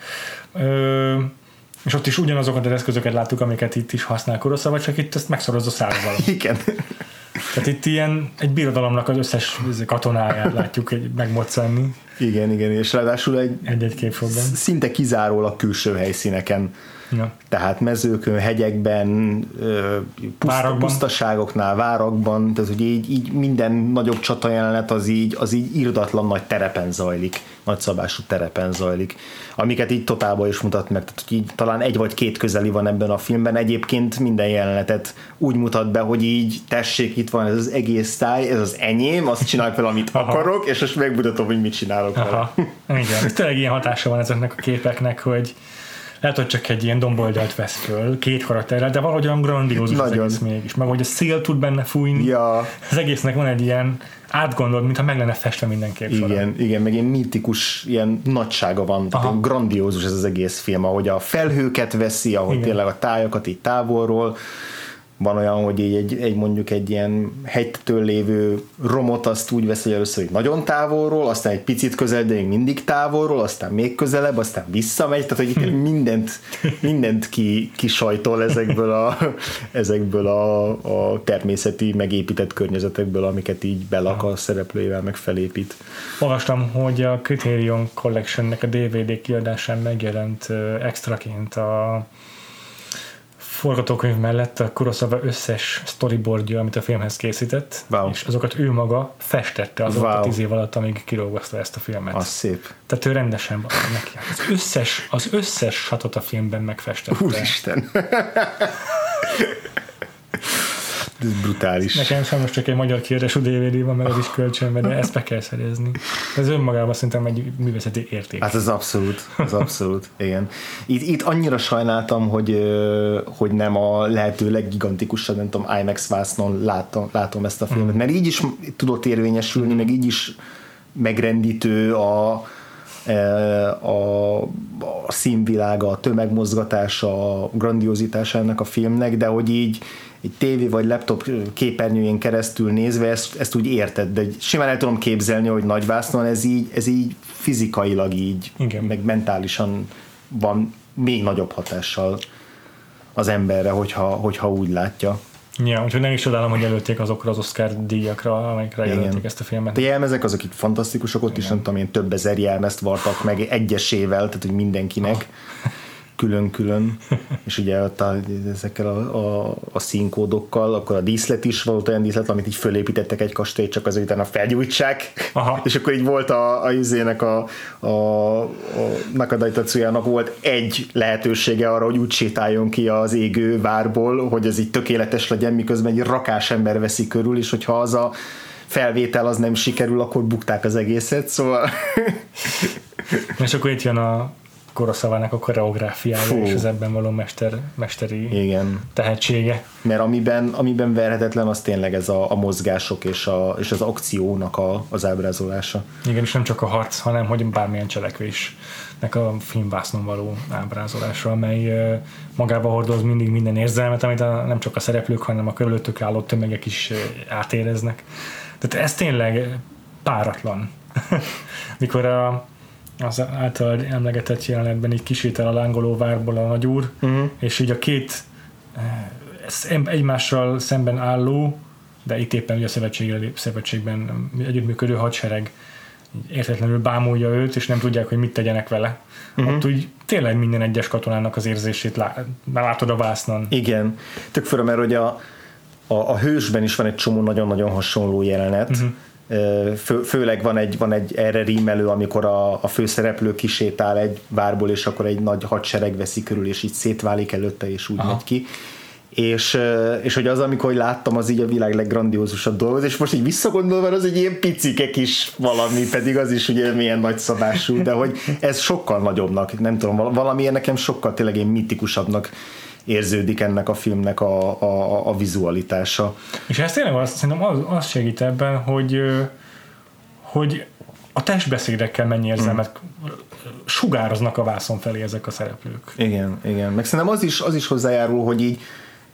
És ott is ugyanazokat az eszközöket láttuk, amiket itt is használ Kurosawa, csak itt ezt megszorozza 100-val. Igen. Tehát itt ilyen egy birodalomnak az összes katonáját látjuk megmoccanni. Igen, és ráadásul egy képfogban. Szinte kizárólag külső helyszíneken. Ja. Tehát mezőkön, hegyekben, pusztaságoknál, várakban, tehát hogy így minden nagyobb csatajelenet az így irdatlan nagy terepen zajlik, nagyszabású terepen zajlik, amiket így totálban is mutat meg, tehát hogy így talán 1 vagy 2 közeli van ebben a filmben, egyébként minden jelenetet úgy mutat be, hogy így tessék, itt van ez az egész táj, ez az enyém, azt csinálok fel, amit akarok, és most megmutatom, hogy mit csinálok vele. Igen, tényleg ilyen hatása van ezeknek a képeknek, hogy lehet, hogy csak egy ilyen domboldalt vesz föl 2 karakterrel, de valahogy olyan grandiózus az egész mégis. Meg hogy a szél tud benne fújni. Ja. Az egésznek van egy ilyen átgondolt, mintha meg lenne festve minden kép során. Igen, meg ilyen mitikus ilyen nagysága van. Tehát grandiózus ez az egész film, ahogy a felhőket veszi, ahogy tényleg a tájakat így távolról. Van olyan, hogy így mondjuk egy ilyen hegytől lévő romot azt úgy vesz, hogy először hogy nagyon távolról, aztán egy picit közel, de még mindig távolról, aztán még közelebb, aztán visszamegy, tehát hogy mindent kisajtol ezekből a természeti megépített környezetekből, amiket így belak a szereplőivel meg felépít. Olvastam, hogy a Criterion Collectionnek a DVD kiadásán megjelent extraként a forgatókönyv mellett a Kurosawa összes storyboardja, amit a filmhez készített, és azokat ő maga festette az a 10 év alatt, amíg kilógozta ezt a filmet. Az szép. Tehát ő rendesen van neki. Az összes satot a filmben megfestette. Úristen! Ez brutális. Nekem sajnos csak egy magyar kiadású DVD van, mert ez is kölcsönben, de ezt be kell szerezni. Ez önmagában szerintem egy művészeti érték. Hát ez abszolút, igen. Itt annyira sajnáltam, hogy nem a lehető leggigantikusabb, nem tudom, IMAX vásznon látom ezt a filmet, mert így is tudott érvényesülni, meg így is megrendítő a színvilága, a tömegmozgatása, a grandiozitása ennek a filmnek, de hogy így egy tévé vagy laptop képernyőjén keresztül nézve ezt úgy érted, de simán el tudom képzelni, hogy nagyvásznon ez így fizikailag így, igen, meg mentálisan van még nagyobb hatással az emberre, hogyha úgy látja. Ja, úgyhogy nem is csodálom, hogy előtték azokra az Oscar díjakra, amelyekre jelölték ezt a filmet. A jelmezek azok itt fantasztikusok, ott is nem tudom, én több ezer jelmezt vartak meg egyesével, tehát hogy mindenkinek külön-külön, és ugye ezekkel a színkódokkal, akkor a díszlet is volt olyan díszlet, amit így fölépítettek egy kastélyt, csak azért utána felgyújtsák, és akkor így volt a Nakadai Tatsuya-nak volt egy lehetősége arra, hogy úgy sétáljon ki az égő várból, hogy ez így tökéletes legyen, miközben egy rakás ember veszi körül, és hogyha az a felvétel az nem sikerül, akkor bukták az egészet, szóval... És akkor itt jön a Kurosavának a koreográfiája és az ebben való mesteri igen. tehetsége. Mert amiben verhetetlen, az tényleg ez a mozgások és az akciónak az ábrázolása. Igen, és nem csak a harc, hanem hogy bármilyen cselekvésnek a filmvásznon való ábrázolása, amely magába hordoz mindig minden érzelmet, amit nem csak a szereplők, hanem a körülöttük álló tömegek is átéreznek. Tehát ez tényleg páratlan. Mikor az által emlegetett jelenetben így kisétel a lángoló várból a nagyúr, és így a két egymással szemben álló, de itt éppen ugye a szövetségben együttműködő hadsereg értetlenül bámulja őt, és nem tudják, hogy mit tegyenek vele. Ott úgy tényleg minden egyes katonának az érzését látod a vásznon. Igen. Tök fura, mert hogy a Hősben is van egy csomó nagyon-nagyon hasonló jelenet. Főleg van egy erre rímelő, amikor a főszereplő kisétál egy várból, és akkor egy nagy hadsereg veszi körül, és így szétválik előtte, és úgy megy ki. És hogy az, amikor láttam, az így a világ leggrandiózusabb dolgot, és most így visszagondolva, az egy ilyen picike kis valami, pedig az is ugye milyen nagyszabású, de hogy ez sokkal nagyobbnak, nem tudom, valamilyen nekem sokkal tényleg ilyen mitikusabbnak érződik ennek a filmnek a vizualitása. És ez tényleg szerintem az segít ebben, hogy a testbeszédekkel mennyi érzelmet sugároznak a vászon felé ezek a szereplők. Igen. Meg szerintem az is hozzájárul, hogy így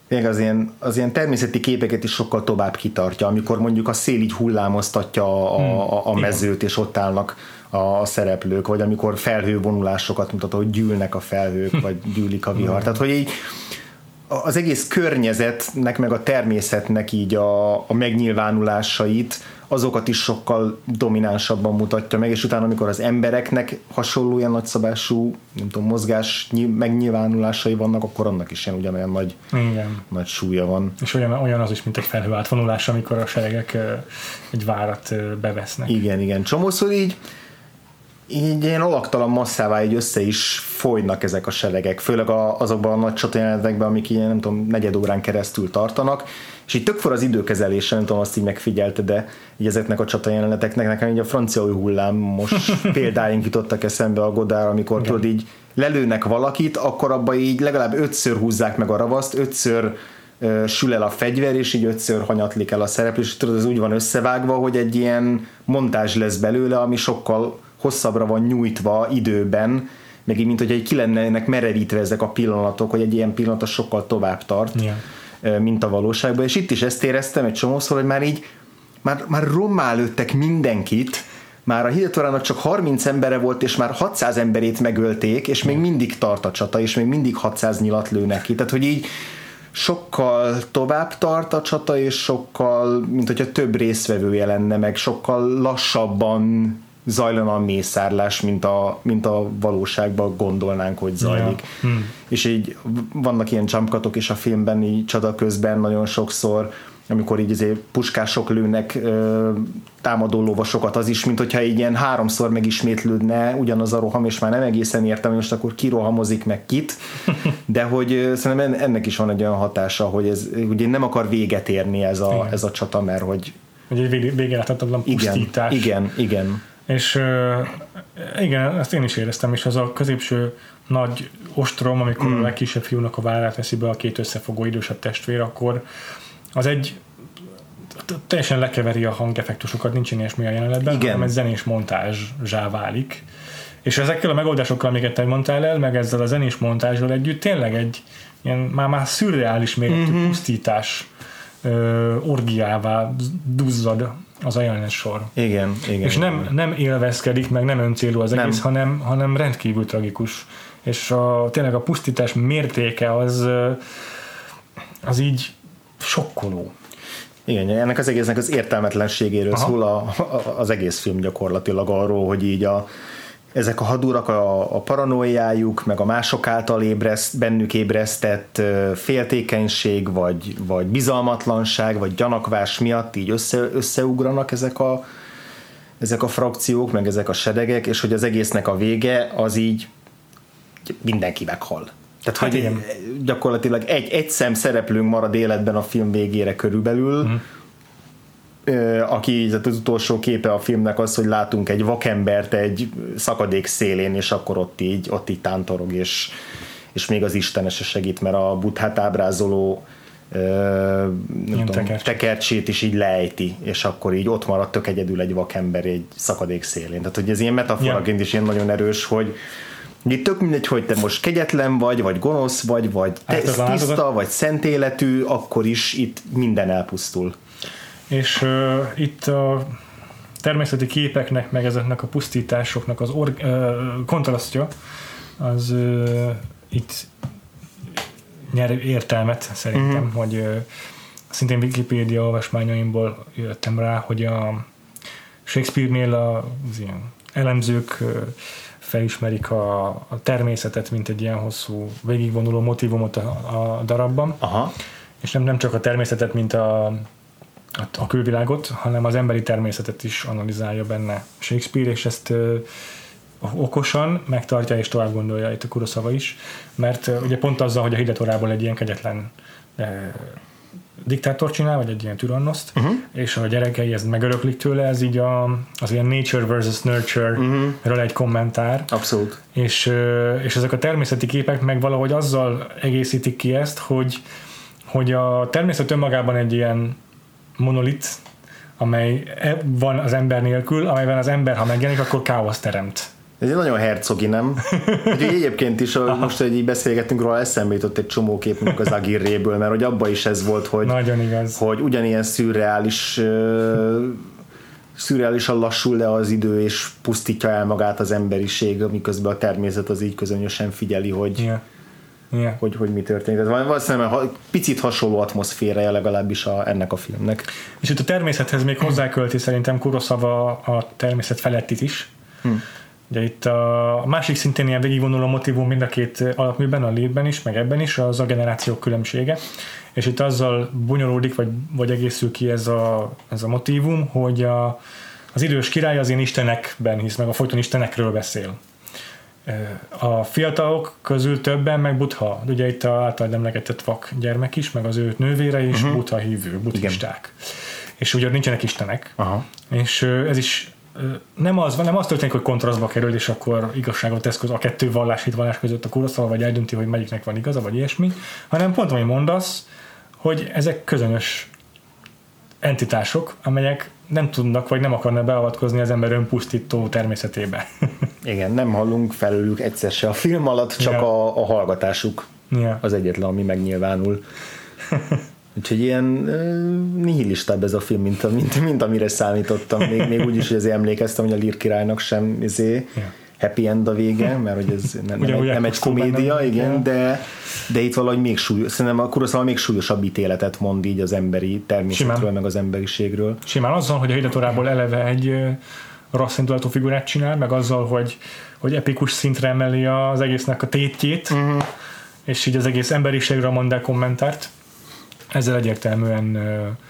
az ilyen természeti képeket is sokkal tovább kitartja, amikor mondjuk a szél így hullámoztatja a mezőt, és ott állnak a szereplők, vagy amikor felhővonulásokat mutat, hogy gyűlnek a felhők, vagy gyűlik a vihar. Tehát, hogy így az egész környezetnek, meg a természetnek így a megnyilvánulásait, azokat is sokkal dominánsabban mutatja meg, és utána, amikor az embereknek hasonló ilyen nagyszabású, nem tudom, mozgás megnyilvánulásai vannak, akkor annak is ilyen ugyanolyan nagy súlya van. És olyan az is, mint egy felhő átvonulás, amikor a seregek egy várat bevesznek. Igen. Csomószor így ilyen alaktalan masszává így össze is folynak ezek a seregek, főleg azokban a nagy csatajelenetekben, amik ilyen, nem tudom, negyed órán keresztül tartanak, és így tök for az időkezelése, nem tudom, azt így megfigyelte, de így ezeknek a csatajeleneteknek nekem így a francia új hullám most példáink jutottak eszembe a Godard, amikor tudod így lelőnek valakit, akkor abba így legalább 5-ször húzzák meg a ravaszt, 5-ször sül el a fegyver, és így 5-ször hanyatlik el a szereplő, és tudod, ez úgy van összevágva, hogy egy ilyen montázs lesz belőle, ami sokkal hosszabbra van nyújtva időben, meg így, mint hogy ki lennének merevítve ezek a pillanatok, hogy egy ilyen pillanat sokkal tovább tart, mint a valóságban, és itt is ezt éreztem egy csomószor, hogy már így már rommá lőttek mindenkit, már a Hidetórának csak 30 embere volt, és már 600 emberét megölték, és még mindig tart a csata, és még mindig 600 nyilat lőnek ki, tehát hogy így sokkal tovább tart a csata, és sokkal, mint hogyha több résztvevője lenne, meg sokkal lassabban zajlana a mészárlás, mint a valóságban gondolnánk, hogy zajlik. És így vannak ilyen jumpcutok is a filmben, így csata közben nagyon sokszor, amikor így azért puskások lőnek támadó lovasokat, az is, mint hogyha így ilyen 3-szor megismétlődne ugyanaz a roham, és már nem egészen értem, hogy most akkor ki rohamozik meg kit, de hogy szerintem ennek is van egy olyan hatása, hogy ez ugye nem akar véget érni ez a csata, mert hogy egy végeláthatatlan pusztítás. Igen. És igen, ezt én is éreztem, és az a középső nagy ostrom, amikor a legkisebb fiúnak a vállát veszi be a két összefogó idősebb testvér, akkor az egy teljesen lekeveri a hangeffektusokat, nincs ilyesmi a jelenetben, hanem egy zenés montázsá válik. És ezekkel a megoldásokkal, amiket te mondtál el, meg ezzel a zenés montázsal együtt tényleg egy ilyen már szürreális méretű pusztítás orgiává duzzad az a jelenet sor. Igen. És nem élvezkedik, meg nem öncélú az egész, hanem rendkívül tragikus. És tényleg a pusztítás mértéke az így sokkoló. Igen, ennek az egésznek az értelmetlenségéről szól az egész film gyakorlatilag arról, hogy így ezek a hadurak a paranoiájuk, meg a mások által bennük ébresztett féltékenység, vagy bizalmatlanság, vagy gyanakvás miatt így összeugranak ezek a frakciók, meg ezek a seregek, és hogy az egésznek a vége az így mindenki meghal. Tehát, hogy gyakorlatilag egy szem szereplőnk marad életben a film végére körülbelül, aki az utolsó képe a filmnek az, hogy látunk egy vakembert egy szakadék szélén, és akkor ott így tántorog, és még az Istene se segít, mert a Buddhát ábrázoló tekercsét is így lejti, és akkor így ott maradt tök egyedül egy vakember egy szakadék szélén. Tehát, hogy ez ilyen metaforaként is ilyen nagyon erős, hogy itt tök mindegy, hogy te most kegyetlen vagy gonosz vagy tiszta, vagy szent életű, akkor is itt minden elpusztul. És itt a természeti képeknek, meg ezeknek a pusztításoknak az kontrasztja, az itt nyer értelmet szerintem, hogy szintén Wikipédia olvasmányaimból jöttem rá, hogy a Shakespeare-nél az ilyen elemzők felismerik a természetet, mint egy ilyen hosszú, végigvonuló motívumot a darabban. Aha. És nem csak a természetet, mint a külvilágot, hanem az emberi természetet is analizálja benne Shakespeare, és ezt okosan megtartja és tovább gondolja itt a Kurosawa is, mert ugye pont azzal, hogy a Hidetorából egy ilyen kegyetlen diktátor csinál, vagy egy ilyen tyrannoszt, és a gyerekei ezt megöröklik tőle, ez így az ilyen nature versus nurture-ről egy kommentár. Abszolút. És ezek a természeti képek meg valahogy azzal egészítik ki ezt, hogy a természet önmagában egy ilyen monolit, amely van az ember nélkül, amelyben az ember, ha megjelenik, akkor káoszt teremt. Ez egy nagyon hercogi, nem? Úgyhogy egyébként is, most, hogy így beszélgettünk róla, eszembe jutott egy csomó képünk az Aguirréből, mert hogy abban is ez volt, hogy, nagyon igaz. Hogy ugyanilyen szürreálisan lassul le az idő, és pusztítja el magát az emberiség, miközben a természet az így közönösen figyeli, hogy, hogy mi történik. Tehát valószínűleg picit hasonló atmoszférája legalábbis ennek a filmnek. És itt a természethez még hozzákölti szerintem Kurosawa a természet felettit is. Ugye itt a másik szintén ilyen végigvonuló motívum mind a két alapműben, a Létben is, meg ebben is, az a generációk különbsége. És itt azzal bonyolódik, vagy egészül ki ez a motívum, hogy az idős király az ilyen istenekben hisz, meg a folyton istenekről beszél. A fiatalok közül többen meg Buddha, ugye itt a által emlegetett vak gyermek is, meg az ő nővére is Buddha hívő, buddhisták. És ugye nincsenek istenek. Aha. És ez is nem az történik, hogy kontrasztba kerül, és akkor igazságot tesz a kettő hitvallás között a Kurosawa, vagy eldönti, hogy melyiknek van igaza, vagy ilyesmi, hanem pont, amit mondasz, hogy ezek közönös entitások, amelyek nem tudnak, vagy nem akarnak beavatkozni az ember önpusztító természetébe. Igen, nem hallunk felőlük egyszer se a film alatt, csak a hallgatásuk az egyetlen, ami megnyilvánul. Úgyhogy ilyen nihilistább ez a film, mint amire számítottam. Még úgy is, hogy azért emlékeztem, hogy a Lír királynak sem happy end a vége, mert hogy ez nem egy komédia, igen, de itt valahogy még szerintem a Kurosawa még súlyosabb ítéletet mond így az emberi természetről, meg az emberiségről. Simán azzal, hogy a Hidetorából eleve egy rasszindulatú figurát csinál, meg azzal, hogy epikus szintre emeli az egésznek a tétjét, és így az egész emberiségről mond el kommentárt. Ezzel egyértelműen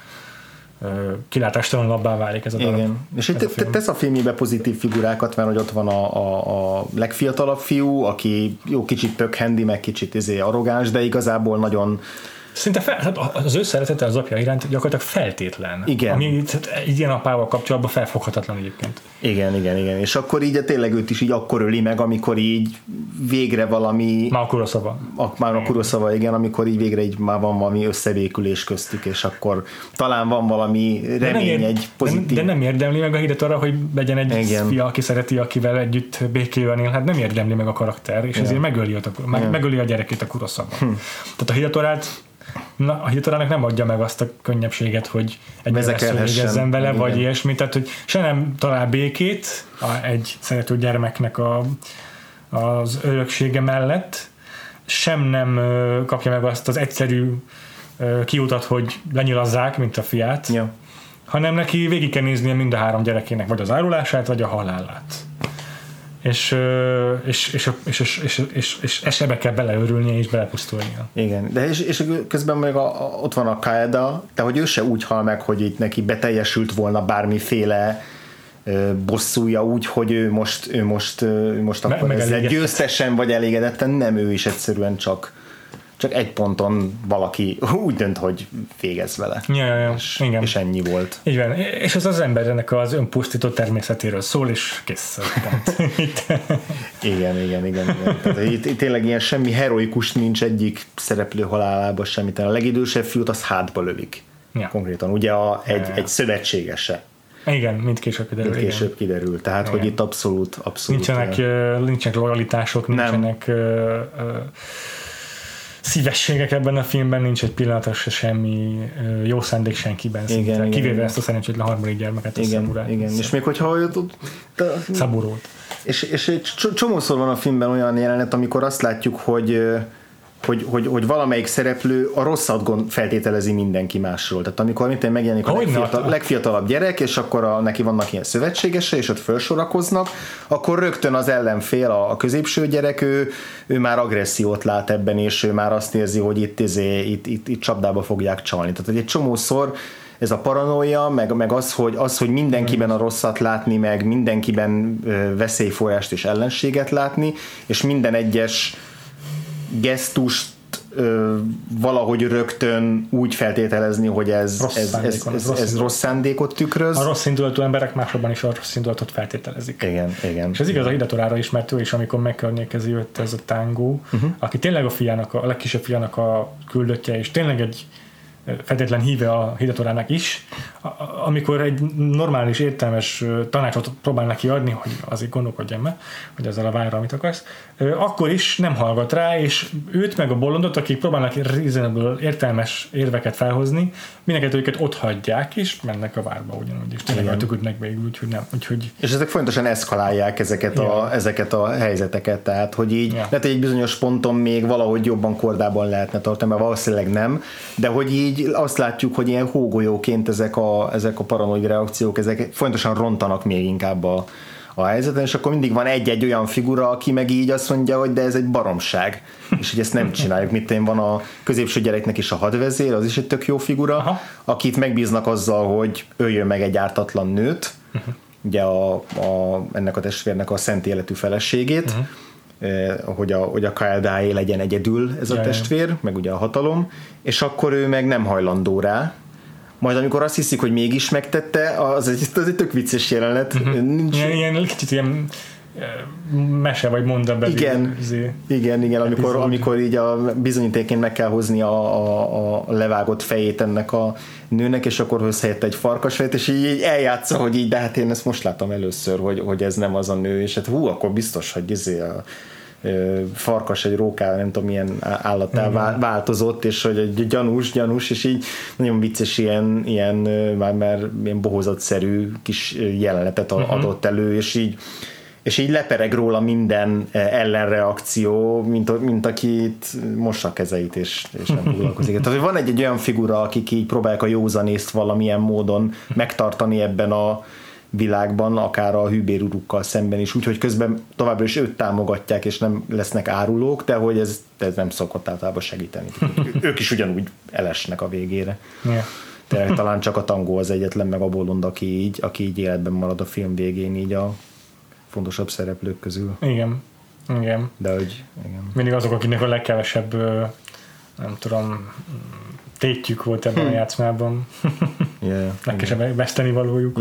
kilátástalanabbá válik ez a darab. Igen. És itt tesz a filmjébe pozitív figurákat, mert hogy ott van a legfiatalabb fiú, aki jó kicsit pökhendi, meg kicsit arrogáns, de igazából nagyon szinte az ő szeretete az apja iránt gyakorlatilag feltétlen. Igen. Ami egy ilyen apával kapcsolatban felfoghatatlan egyébként. Igen. És akkor így tényleg őt is így akkor öli meg, amikor így végre valami... Már a Kurosawa, igen, amikor így végre így már van valami összevékülés köztük, és akkor talán van valami remény, egy pozitív... De nem érdemli meg a Hidet arra, hogy legyen egy fia, aki szereti, akivel együtt békében él. Hát nem érdemli meg a karakter, és ezért megöli a gyerekét a Kurosawa. Tehát a Hidetorát a Hidetorának nem adja meg azt a könnyebbséget, hogy egy végezzen vele, vagy ilyesmi, tehát hogy se nem talál békét egy szerető gyermeknek az öröksége mellett, sem nem kapja meg azt az egyszerű kiutat, hogy lenyilazzák, mint a fiát, hanem neki végig kell néznie mind a három gyerekének vagy az árulását, vagy a halálát. És ebbe kell beleörülnie és belepusztulnia. Igen, de és közben meg ott van a Kaeda, de hogy ő se úgy hal meg, hogy itt neki beteljesült volna bármiféle bosszúja úgy, hogy ő most akkor ezzel győztesen vagy elégedetten, nem, ő is egyszerűen csak csak egy ponton valaki úgy dönt, hogy végez vele. Ja. Igen. És ennyi volt. Így van. És az embernek az önpusztító természetéről szól, és kész. Igen. Tehát itt tényleg ilyen semmi heroikus nincs egyik szereplő halálában, semmit. A legidősebb fiút az hátba lövik. Ja. Konkrétan. Ugye egy szövetségese. Igen, mint később kiderül. Tehát, igen. Hogy itt abszolút nincsenek lojalitások, nincsenek szívességek ebben a filmben, nincs egy pillanatra se semmi jó szándék senkiben szinte. Igen, kivéve ezt a szerencsétlen harmadik gyermeket, a Szaburát. Igen, és még hogyha Szaburót. És egy csomószor van a filmben olyan jelenet, amikor azt látjuk, hogy valamelyik szereplő a rosszat feltételezi mindenki másról. Tehát amikor megjelenik a legfiatalabb gyerek, és akkor neki vannak ilyen szövetségese, és ott felsorakoznak, akkor rögtön az ellenfél, a középső gyerek, ő már agressziót lát ebben, és ő már azt érzi, hogy itt csapdába fogják csalni. Tehát egy csomószor ez a paranoia, meg az, hogy mindenkiben a rosszat látni, meg mindenkiben veszélyforrást és ellenséget látni, és minden egyes gesztust valahogy rögtön úgy feltételezni, hogy ez rossz szándékot tükröz. A rossz indulatú emberek másokban is a rossz indulatot feltételezik. Igen. És ez igaz a Hidetorára is, mert ő is, amikor megkörnyékezi őt ez a Tango, aki tényleg a legkisebb fiának a küldöttje, és tényleg egy feltétlen híve a Hidetorának is, amikor egy normális, értelmes tanácsot próbál neki adni, hogy azért gondolkodjam meg, hogy ezzel a várra, amit akarsz, akkor is nem hallgat rá, és őt meg a bolondot, akik próbálnak reasonable, értelmes érveket felhozni, mindenket őket ott hagyják, és mennek a várba ugyanúgy, és tényleg eltüküdnek végül, úgyhogy nem. És ezek fontosan eszkalálják ezeket a helyzeteket, tehát hogy így lehet, hogy egy bizonyos ponton még valahogy jobban kordában lehetne tartani, mert valószínűleg nem, de hogy így azt látjuk, hogy ilyen hógolyóként ezek a paranoid reakciók, ezek fontosan rontanak még inkább a helyzeten, és akkor mindig van egy-egy olyan figura, aki meg így azt mondja, hogy de ez egy baromság, és hogy ezt nem csináljuk. Van a középső gyereknek is a hadvezér, az is egy tök jó figura, akit megbíznak azzal, hogy öljön meg egy ártatlan nőt, ugye ennek a testvérnek a szent életű feleségét, hogy a Kyle Dai legyen egyedül ez a testvér, meg ugye a hatalom, és akkor ő meg nem hajlandó rá. Majd amikor azt hiszik, hogy mégis megtette, az egy tök vicces jelenet. Ilyen kicsit ilyen mese vagy mondatbeli. Igen, amikor így a bizonyítéként meg kell hozni a levágott fejét ennek a nőnek, és akkor hoz helyette egy farkasfejét, és így eljátsza, hogy így, de hát én ezt most láttam először, hogy ez nem az a nő, és hát akkor biztos, hogy a farkas egy róká, nem tudom milyen állattá változott, és hogy egy gyanús, és így nagyon vicces ilyen már ilyen bohózatszerű kis jelenetet adott elő, és így lepereg róla minden ellenreakció, mint aki itt mossa a kezeit, és nem foglalkozik. Tehát van egy olyan figura, akik így próbálják a józanészt valamilyen módon megtartani ebben a világban, akár a hűbérurukkal szemben is, úgyhogy közben továbbra is őt támogatják, és nem lesznek árulók, de hogy ez nem szokott általában segíteni. Ők is ugyanúgy elesnek a végére. Yeah. Talán csak a Tango az egyetlen, meg a bolond, aki így életben marad a film végén, így a fontosabb szereplők közül. Igen. De hogy igen. Mindig azok, akinek a legkevesebb nem tudom, tétjük volt ebben a játszmában. Legkevesebb veszteni valójuk.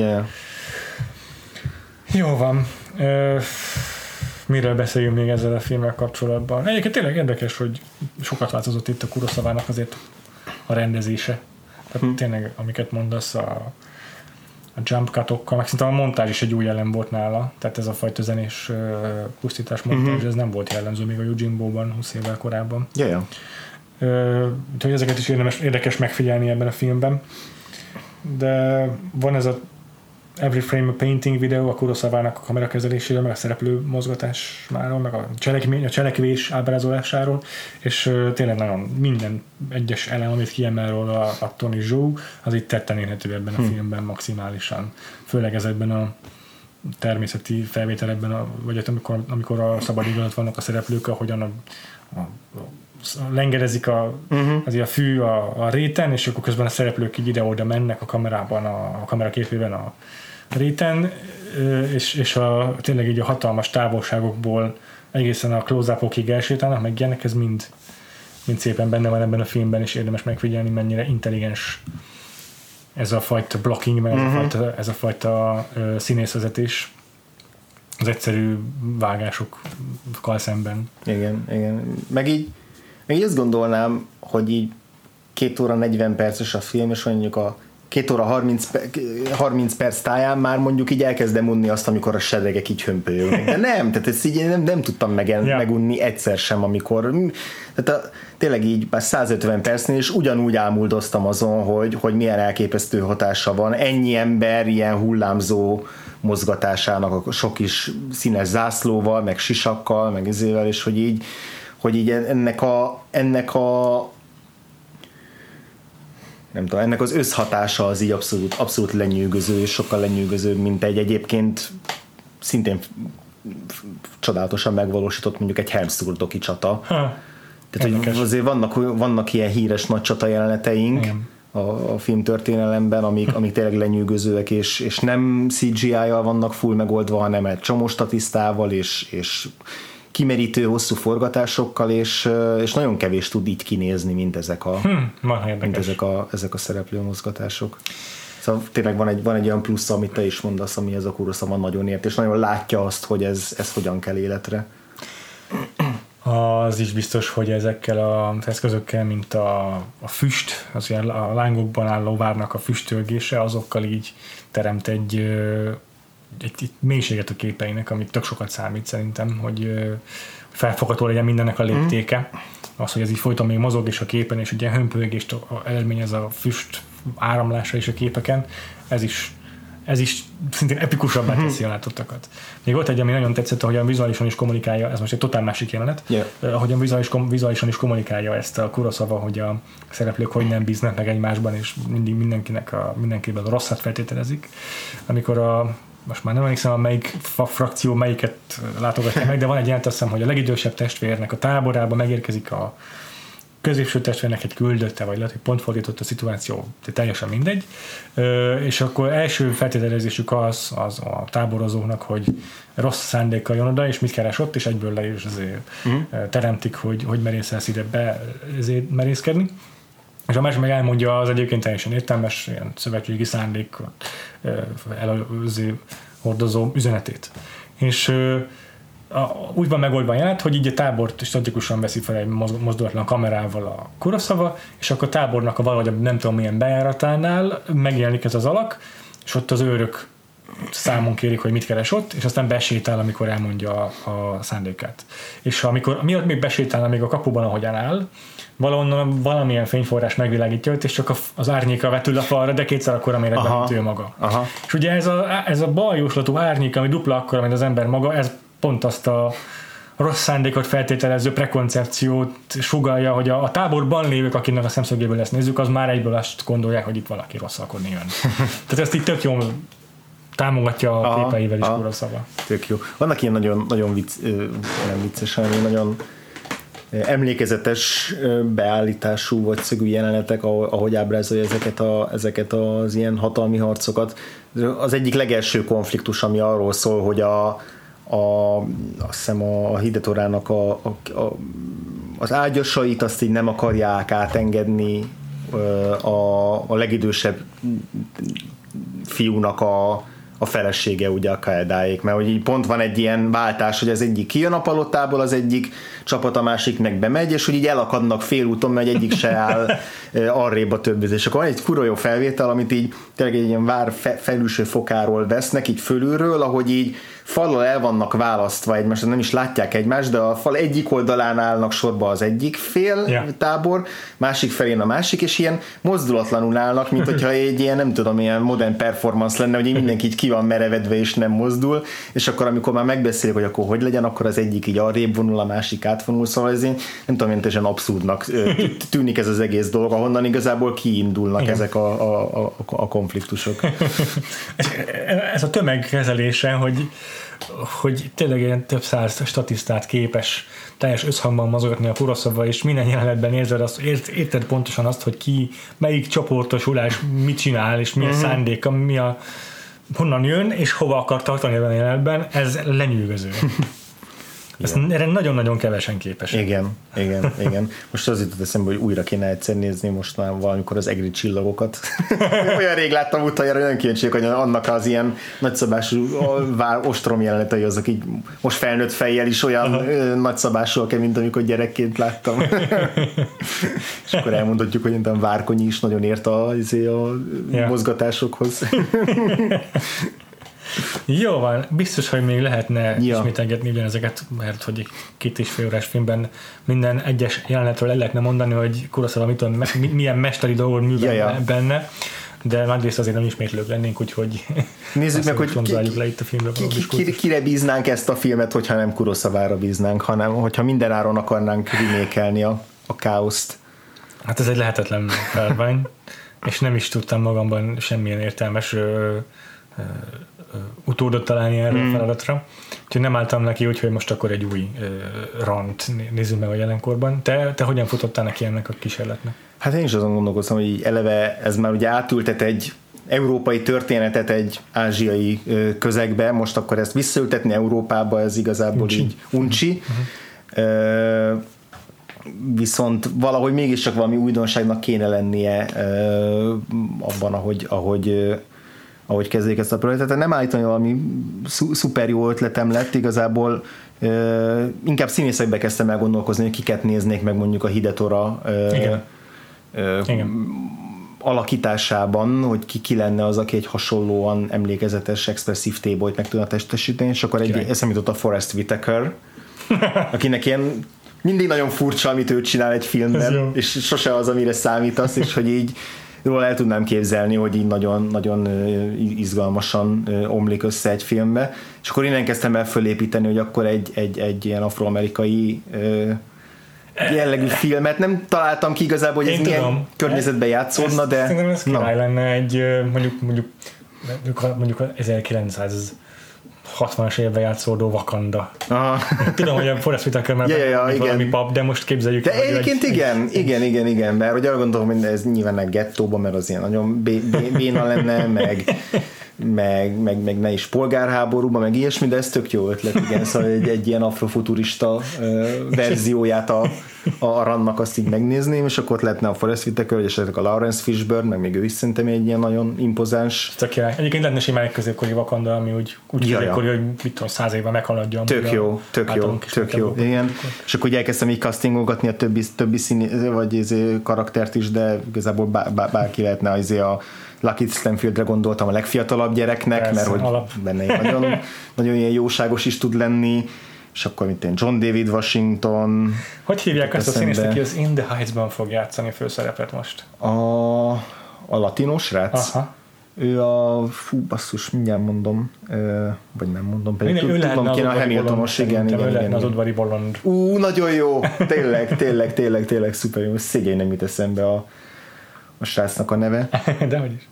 Jó van. Miről beszéljünk még ezzel a filmmel kapcsolatban? Egyébként tényleg érdekes, hogy sokat változott itt a Kurosavának azért a rendezése. Tehát tényleg, amiket mondasz, a jump cutokkal, meg szerintem a montázs is egy új elem volt nála, tehát ez a fajta zenés pusztítás montázs, ez nem volt jellemző még a Yojimbo-ban 20 évvel korábban. Úgyhogy ezeket is érdekes megfigyelni ebben a filmben. De van ez a Every Frame a Painting videó a Kurosavának a kamerakezeléséről, meg a szereplő mozgatásmáról, meg a cselekvés ábrázolásáról, és tényleg nagyon minden egyes elem, amit kiemel róla a Tony Zhou, az itt tetten érhető ebben a filmben maximálisan. Főleg ezekben a természeti felvételekben, vagy amikor a szabad ég alatt vannak a szereplők, ahogyan lengerezik azért a fű a réten, és akkor közben a szereplők így ide-oda mennek a kamerában, a kamera képében a réten, és tényleg így a hatalmas távolságokból egészen a close-upokig elsétálnak, meg ilyenek, ez mind mint szépen benne van ebben a filmben, és érdemes megfigyelni, mennyire intelligens ez a fajta blocking, meg ez a fajta színészvezetés az egyszerű vágásokkal szemben. Igen. Meg így azt gondolnám, hogy így 2 óra 40 perces a film, és mondjuk a 2 óra 30 perc táján már mondjuk így elkezdem unni azt, amikor a seregek így hömpölyögnek. De nem, tehát ezt így nem tudtam megunni egyszer sem, amikor tehát tényleg így már 150 percnél is ugyanúgy ámuldoztam azon, hogy milyen elképesztő hatása van ennyi ember ilyen hullámzó mozgatásának a sok is színes zászlóval, meg sisakkal, meg izével, és hogy így ennek nem tudom, ennek az összhatása az így abszolút lenyűgöző, és sokkal lenyűgözőbb, mint egy egyébként szintén csodálatosan megvalósított mondjuk egy Helmsturdoki csata. Tehát, hogy azért vannak ilyen híres nagy csata jeleneteink a filmtörténelemben, amik tényleg lenyűgözőek, és nem CGI-jal vannak full megoldva, hanem egy csomó statisztával, és kimerítő hosszú forgatásokkal, és nagyon kevés tud így kinézni, mint ezek a szereplő mozgatások. Szóval tényleg van egy olyan plusz, amit te is mondasz, ami ez a Kurosawa nagyon ért, és nagyon látja azt, hogy ez hogyan kell életre. Az is biztos, hogy ezekkel az eszközökkel, mint a füst, az ilyen a lángokban álló várnak a füstölgése, azokkal így teremt egy mélységet a képeinek, amit tök sokat számít szerintem, hogy felfogható legyen mindennek a léptéke. Az, hogy ez így folyton még mozog és a képen, és ugye hömpölygést eredményez a füst áramlása is a képeken, ez is szintén epikusabbá teszi a látottakat. Még volt egy, ami nagyon tetszett, ahogyan vizuálisan is kommunikálja, ez most egy totál másik jelenet, ahogyan vizuálisan is kommunikálja ezt a Kurosawa, hogy a szereplők hogy nem bíznak meg egymásban, és mindig mindenkiben a rosszat feltételezik. Amikor most már nem emlékszem, a melyik frakció melyiket látogatja meg, de van egy jelent, azt hiszem, hogy a legidősebb testvérnek a táborába megérkezik a középső testvérnek egy küldötte, vagy lehet, hogy pont fordított a szituáció, de teljesen mindegy. És akkor első feltételezésük az a táborozóknak, hogy rossz szándékkal jön oda, és mit keres ott, és egyből le is azért teremtik, hogy merészelsz ide merészkedni. És a másik meg elmondja az egyébként teljesen értelmes, ilyen szövetségi szándékot előző hordozó üzenetét. És úgy van megoldva a jelenet, hogy így a tábort statikusan veszi fel egy mozdulatlan kamerával a Kurosawa, és akkor a tábornak valahogy nem tudom milyen bejáratánál megjelenik ez az alak, és ott az őrök számon kérik, hogy mit keres ott, és aztán besétál, amikor elmondja a szándékát. És miatt még besétálna még a kapuban, ahogyan áll, valahonnan valamilyen fényforrás megvilágítja őt, és csak az árnyéka vetül a falra, de kétszer akkora méretben, mint ő maga. Aha. És ugye ez a bal jóslatú árnyék, ami dupla akkora, mint az ember maga, ez pont azt a rossz szándékot feltételező prekoncepciót sugallja, hogy a táborban lévők, akinek a szemszögéből ezt nézzük, az már egyből azt gondolják, hogy itt valaki rosszalkodni jön. Tehát ezt így tök jól támogatja a képeivel is Kurosawa. Tök jó. Vannak ilyen nagyon vicces, hanem nagyon emlékezetes beállítású vagy szögű jelenetek, ahogy ábrázolja ezeket az ilyen hatalmi harcokat. Az egyik legelső konfliktus, ami arról szól, hogy azt hiszem a Hidetorának az ágyasait azt így nem akarják átengedni a legidősebb fiúnak a felesége, ugye a Kaedáék, mert hogy így pont van egy ilyen váltás, hogy az egyik kijön a palottából, az egyik csapat, a másik meg bemegy, és hogy így elakadnak félúton, mert egyik se áll arrébb a többi. És akkor van egy kurva jó felvétel, amit így tényleg egy ilyen vár felülső fokáról vesznek, így fölülről, ahogy így fallal el vannak választva egymást, nem is látják egymást, de a fal egyik oldalán állnak sorba az egyik fél tábor, másik felén a másik, és ilyen mozdulatlanul állnak, mint hogyha egy ilyen, nem tudom, ilyen modern performance lenne, hogy mindenki így ki van merevedve és nem mozdul, és akkor amikor már megbeszélik, hogy akkor hogy legyen, akkor az egyik így arrébb vonul, a másik átvonul, szóval ez én nem tudom, teljesen abszurdnak tűnik ez az egész dolog, ahonnan igazából kiindulnak ezek a konfliktusok. Ez a tömegkezelése, hogy tényleg ilyen több száz statisztát képes teljes összhangban mozgatni a Kurosawa, és minden jelenetben érzed azt, érted pontosan azt, hogy ki, melyik csoportosulás mit csinál, és milyen szándéka, honnan jön, és hova akar tartani ebben a jelenetben, ez lenyűgöző. Erre nagyon-nagyon kevesen képesek. Igen. Most az jutott eszembe, hogy újra kéne egyszer nézni most már valamikor az egri csillagokat. Olyan rég láttam utoljára, olyan kíváncsiak, hogy annak az ilyen nagyszabású ostrom jelenetei azok így most felnőtt fejjel is olyan nagyszabásúak, mint amikor gyerekként láttam. És akkor elmondhatjuk, hogy Várkonyi is nagyon ért a mozgatásokhoz. Jó van, biztos, hogy még lehetne ismételgetni ugyanezeket, mert hogy egy 2,5 órás filmben minden egyes jelenetről el lehetne mondani, hogy Kurosawa milyen mesteri dolgot művel benne, de nagyrészt azért nem ismétlők lennénk, úgyhogy nézzük meg, hogy le itt a filmről. Kire bíznánk ezt a filmet, hogyha nem Kurosavára bíznánk, hanem hogyha minden áron akarnánk remékelni a káoszt. Hát ez egy lehetetlen felvány, és nem is tudtam magamban semmilyen értelmes utódot találni erre a feladatra. Úgyhogy nem álltam neki, úgyhogy most akkor egy új rant nézzünk meg a jelenkorban. Te hogyan futottál neki ennek a kísérletnek? Hát én is azon gondolkoztam, hogy eleve ez már ugye átültet egy európai történetet egy ázsiai közegbe, most akkor ezt visszaültetni Európába, ez igazából így uncsi. Viszont valahogy mégiscsak valami újdonságnak kéne lennie abban, ahogy kezdjék ezt a projektet. Nem állítani, valami szuper jó ötletem lett, igazából inkább színészekbe kezdtem el gondolkozni, hogy kiket néznék meg mondjuk a Hidetora alakításában, hogy ki lenne az, aki egy hasonlóan emlékezetes, expresszív T-boyt meg tudna testesíteni, és akkor eszembe jutott a Forest Whitaker, akinek ilyen mindig nagyon furcsa, amit ő csinál egy filmben, és sose az, amire számítasz, és hogy így róla el tudnám képzelni, hogy így nagyon, nagyon izgalmasan omlik össze egy filmbe, és akkor innen kezdtem el fölépíteni, hogy akkor egy ilyen afroamerikai jellegű filmet nem találtam ki igazából, hogy ez milyen környezetben játszódna, de... Szerintem ez király lenne egy mondjuk 1960-as évben játszódó Wakanda. Tudom, hogy a Forest Whitaker már valami pap, de most képzeljük. De egyébként igen, mert hogy arra gondolom, hogy ez nyilván egy gettóban, mert az ilyen nagyon béna lenne, meg ne is polgárháborúban, meg ilyesmi, de ez tök jó ötlet, igen, szóval egy ilyen afrofuturista verzióját a rannak azt így megnézném, és akkor ott lehetne a Forest Whitaker, és a Lawrence Fishburne, meg még ő is szerintem egy ilyen nagyon impozáns. Egyébként lehetne simán egy középkori Vakanda, ami úgy középkori, hogy mit tudom, 100 évvel meghaladja. Tök jó, igen. És akkor úgy elkezdtem így castingolgatni a többi karaktert is, de igazából bárki lehetne a Lucky Stanfieldre gondoltam, a legfiatalabb gyereknek, persze, mert hogy benne nagyon, nagyon ilyen jóságos is tud lenni, és akkor mint John David Washington. Hogy hívják azt a színészt, aki az In the Heights-ban fog játszani főszerepet most? A latinos srác? Aha. Ő basszus, mindjárt mondom, vagy nem mondom, pedig tudom kéne a Hamiltonos, igen. Az udvari bolond. Nagyon jó, tényleg szuper jó, szégyen nem jut eszembe a srácnak a neve. Dehogy is.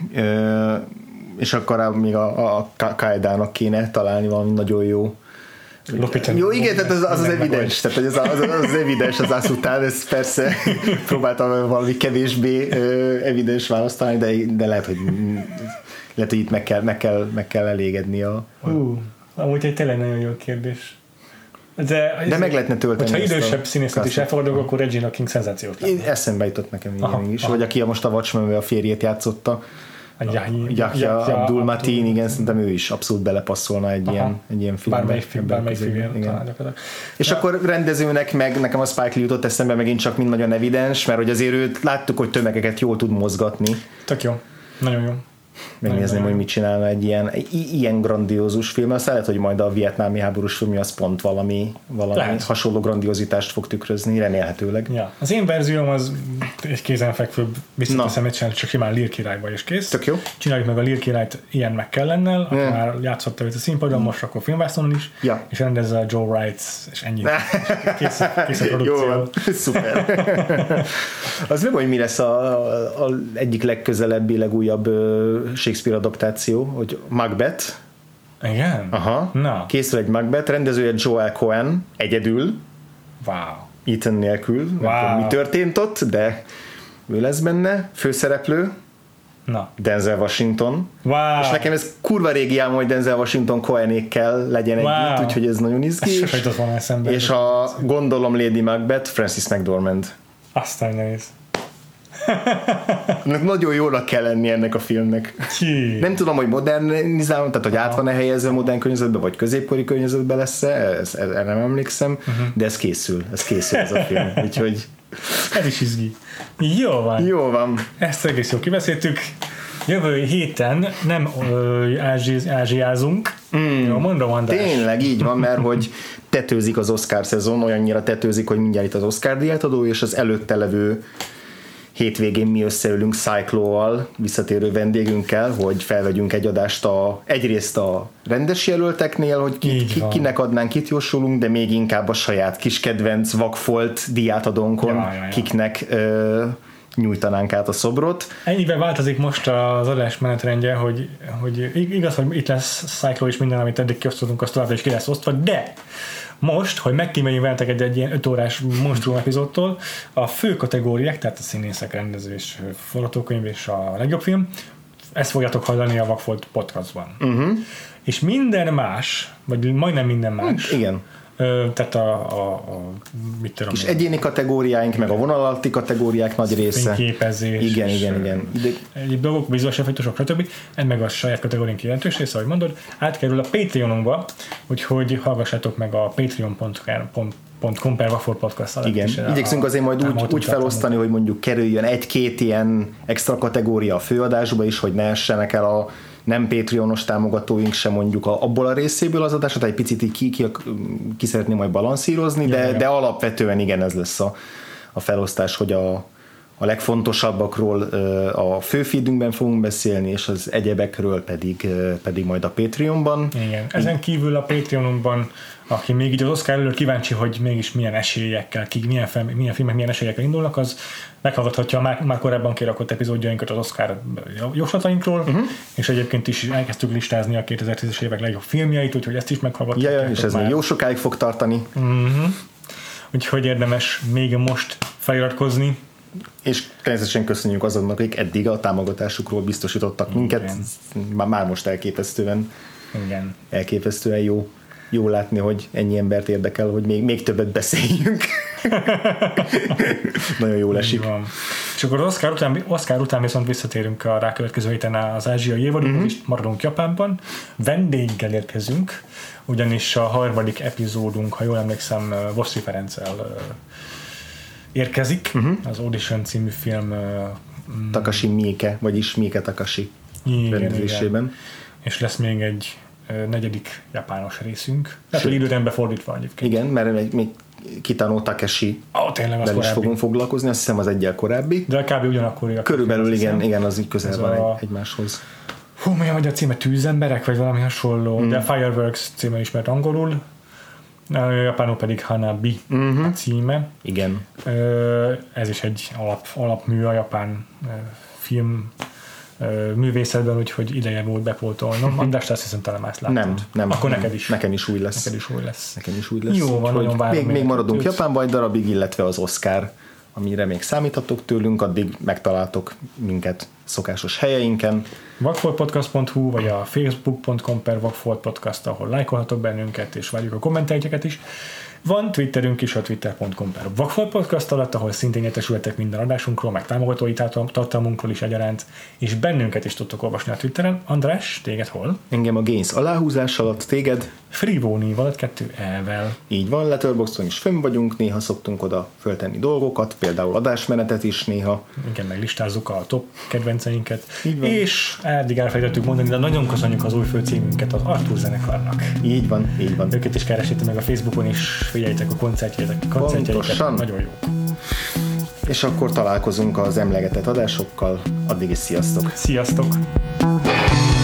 És akkor még a Kaedának kéne találni valami nagyon jó. Jó, igen, tehát az evidens, tehát az evidens az ász után, ez persze próbáltam valami kevésbé evidens választani, de lehet, hogy itt meg kell elégedni amúgy egy tényleg nagyon jó kérdés. De meg lehetne tölteni. Ha idősebb színészet is elfogadok, akkor Regina King szenzációt lenne. Eszembe jutott nekem is. Vagy aki most a Watchmen-ben a férjét játszotta, Yahya Abdul Mateen, igen, szerintem ő is abszolút belepasszolna egy ilyen filmbe. Bármelyik film. És akkor rendezőnek meg nekem a Spike Lee jutott eszembe megint csak mind nagyon evidens, mert hogy azért őt láttuk, hogy tömegeket jól tud mozgatni. Tök jó. Nagyon jó. Megnézném, hogy mit csinálna egy ilyen grandiózus film. Azt lehet, hogy majd a vietnámi háborús film az pont valami hasonló grandiozitást fog tükrözni, remélhetőleg. Ja. Az én verzióm az egy kézenfekvőbb, visszateszem egyszerűen csak simán Lear királyba is kész. Tök jó. Csináljuk meg a Lear királyt Ian McKellennel, aki már játszotta őt a színpadon, most akkor filmvásznon is, és rendezze a Joe Wright, és ennyi. Kész a produkció. Jó, szuper. Az meg, hogy mi lesz a egyik legközelebbi, legújabb Shakespeare adaptáció, hogy Macbeth. Igen? Aha. Na. Készül egy Macbeth, rendezője Joel Cohen, egyedül. Wow. Ethan nélkül. Nem tudom, mi történt ott, de ő lesz benne, főszereplő. Na. Denzel Washington. Wow. És nekem ez kurva régi álom, hogy Denzel Washington Coenékkel legyen együtt, úgyhogy ez nagyon izgi. És a gondolom Lady Macbeth, Frances McDormand. Aztán nehéz. Nagyon jónak kell lenni ennek a filmnek. Nem tudom, hogy modernizálom, tehát hogy át van-e helyezve modern környezetbe, vagy középkori környezetbe lesz-e, erre nem emlékszem, de ez készül ez a film. Úgyhogy... Ez is izgi. Jó van. Ezt egész jól kibeszéltük. Jövő héten nem ázsiázunk. Jó, mondom, András. Tényleg így van, mert hogy tetőzik az Oscar szezon, olyannyira tetőzik, hogy mindjárt itt az Oscar díjátadó, és az előtte levő hétvégén mi összeülünk Cyclóval, visszatérő vendégünkkel, hogy felvegyünk egy adást egyrészt a rendes jelölteknél, hogy kinek adnánk, kit jósolunk, de még inkább a saját kis kedvenc vakfolt díjátadónkon, kiknek nyújtanánk át a szobrot. Ennyiben változik most az adás menetrendje, hogy igaz, hogy itt lesz Cyclo és minden, amit eddig kiosztottunk, azt továbbra is ki lesz osztva, de most, hogy megkíméljünk veletek egy ilyen 5 órás monstrum epizódtól, a fő kategóriák, tehát a színészek, rendezés, forgatókönyv és a legjobb film, ezt fogjátok hallani a Vakfolt podcastban. És minden más, vagy majdnem minden más, igen. Tehát mit tudom, kis egyéni kategóriáink, meg a vonalatti kategóriák nagy része. Fényképezés. Igen. Egyéb dolgok, vizuális effektusok, stb. Ez meg a saját kategóriánk jelentős része, ahogy mondod, átkerül a Patreonunkba, úgyhogy hallgassátok meg a patreon.com per Vakfolt podcast alatt. Igen, igyekszünk azért majd úgy felosztani, hogy mondjuk kerüljön egy-két ilyen extra kategória a főadásba is, hogy ne essenek el a nem Patreonos támogatóink sem mondjuk abból a részéből az adását, egy picit így ki szeretném majd balanszírozni, de alapvetően igen, ez lesz a felosztás, hogy a legfontosabbakról a főfeedünkben fogunk beszélni, és az egyebekről pedig majd a Patreonban. Igen. Ezen kívül a Patreonunkban, aki még így az Oscar előtt kíváncsi, hogy mégis milyen esélyekkel, milyen filmek milyen esélyekkel indulnak, az meghallgathatja már korábban kirakott epizódjainkat az Oscar jóslatainkról, és egyébként is elkezdtük listázni a 2010-es évek legjobb filmjeit, úgyhogy ezt is meghallgathatjátok. És ez még jó sokáig fog tartani. Úgyhogy érdemes még most feliratkozni. És természetesen köszönjük azoknak, akik eddig a támogatásukról biztosítottak minket. Már most elképesztően jó látni, hogy ennyi embert érdekel, hogy még többet beszéljünk. Nagyon jól esik. És akkor az Oscar után viszont visszatérünk a rákövetkező héten az ázsiai évadon, és maradunk Japánban. Vendéggel érkezünk, ugyanis a harmadik epizódunk, ha jól emlékszem, Vosszi Ferenccel érkezik, az Audition című film Takashi Miike, vagyis Miike Takashi rendezésében. És lesz még egy negyedik japános részünk. Tehát, hogy időrendben fordítva egyébként. Igen, mert még Kitano Takeshi tényleg is fogunk foglalkozni, azt hiszem az egyel korábbi. De kb. Ugyanakkor. Körülbelül igen, az így közel van egymáshoz. Mi a címe? Tűzemberek, vagy valami hasonló, de Fireworks címe ismert angolul, japánul pedig Hanabi a címe. Igen. Ez is egy alapmű a japán film művészetben, úgyhogy ideje volt bepótolnom. András, azt hiszem talán más láttad. Nem. Akkor neked is. Nekem is új lesz. Nekem is új lesz. Jó van, nagyon várom. Még maradunk Japánban egy darabig, illetve az Oscar, amire még számíthatok tőlünk, addig megtaláltok minket szokásos helyeinken. vakfoltpodcast.hu vagy a facebook.com per vakfoltpodcast, ahol lájkolhatok bennünket, és várjuk a kommenteljeket is. Van Twitterünk is, a twitter.com per vakfoltpodcast alatt, ahol szintén értesültek minden adásunkról, meg támogatói tartalmunkról is egyaránt, és bennünket is tudtok olvasni a Twitteren. András, téged hol? Engem a Gains aláhúzás alatt, téged? Frivóni alatt 2 E-vel. Így van, Letterboxdon is fönn vagyunk, néha szoktunk oda föltenni dolgokat, például adásmenetet is néha. Igen, meg listázzuk a top kedvenceinket. És eddig elfelejtettük mondani, de nagyon köszönjük az új főcímünket az Arthur zenekarnak. Így van. Őket is keresétek meg a Facebookon is, figyeljétek a koncertjeiket, nagyon jó. És akkor találkozunk az emlegetett adásokkal, addig is sziasztok! Sziasztok!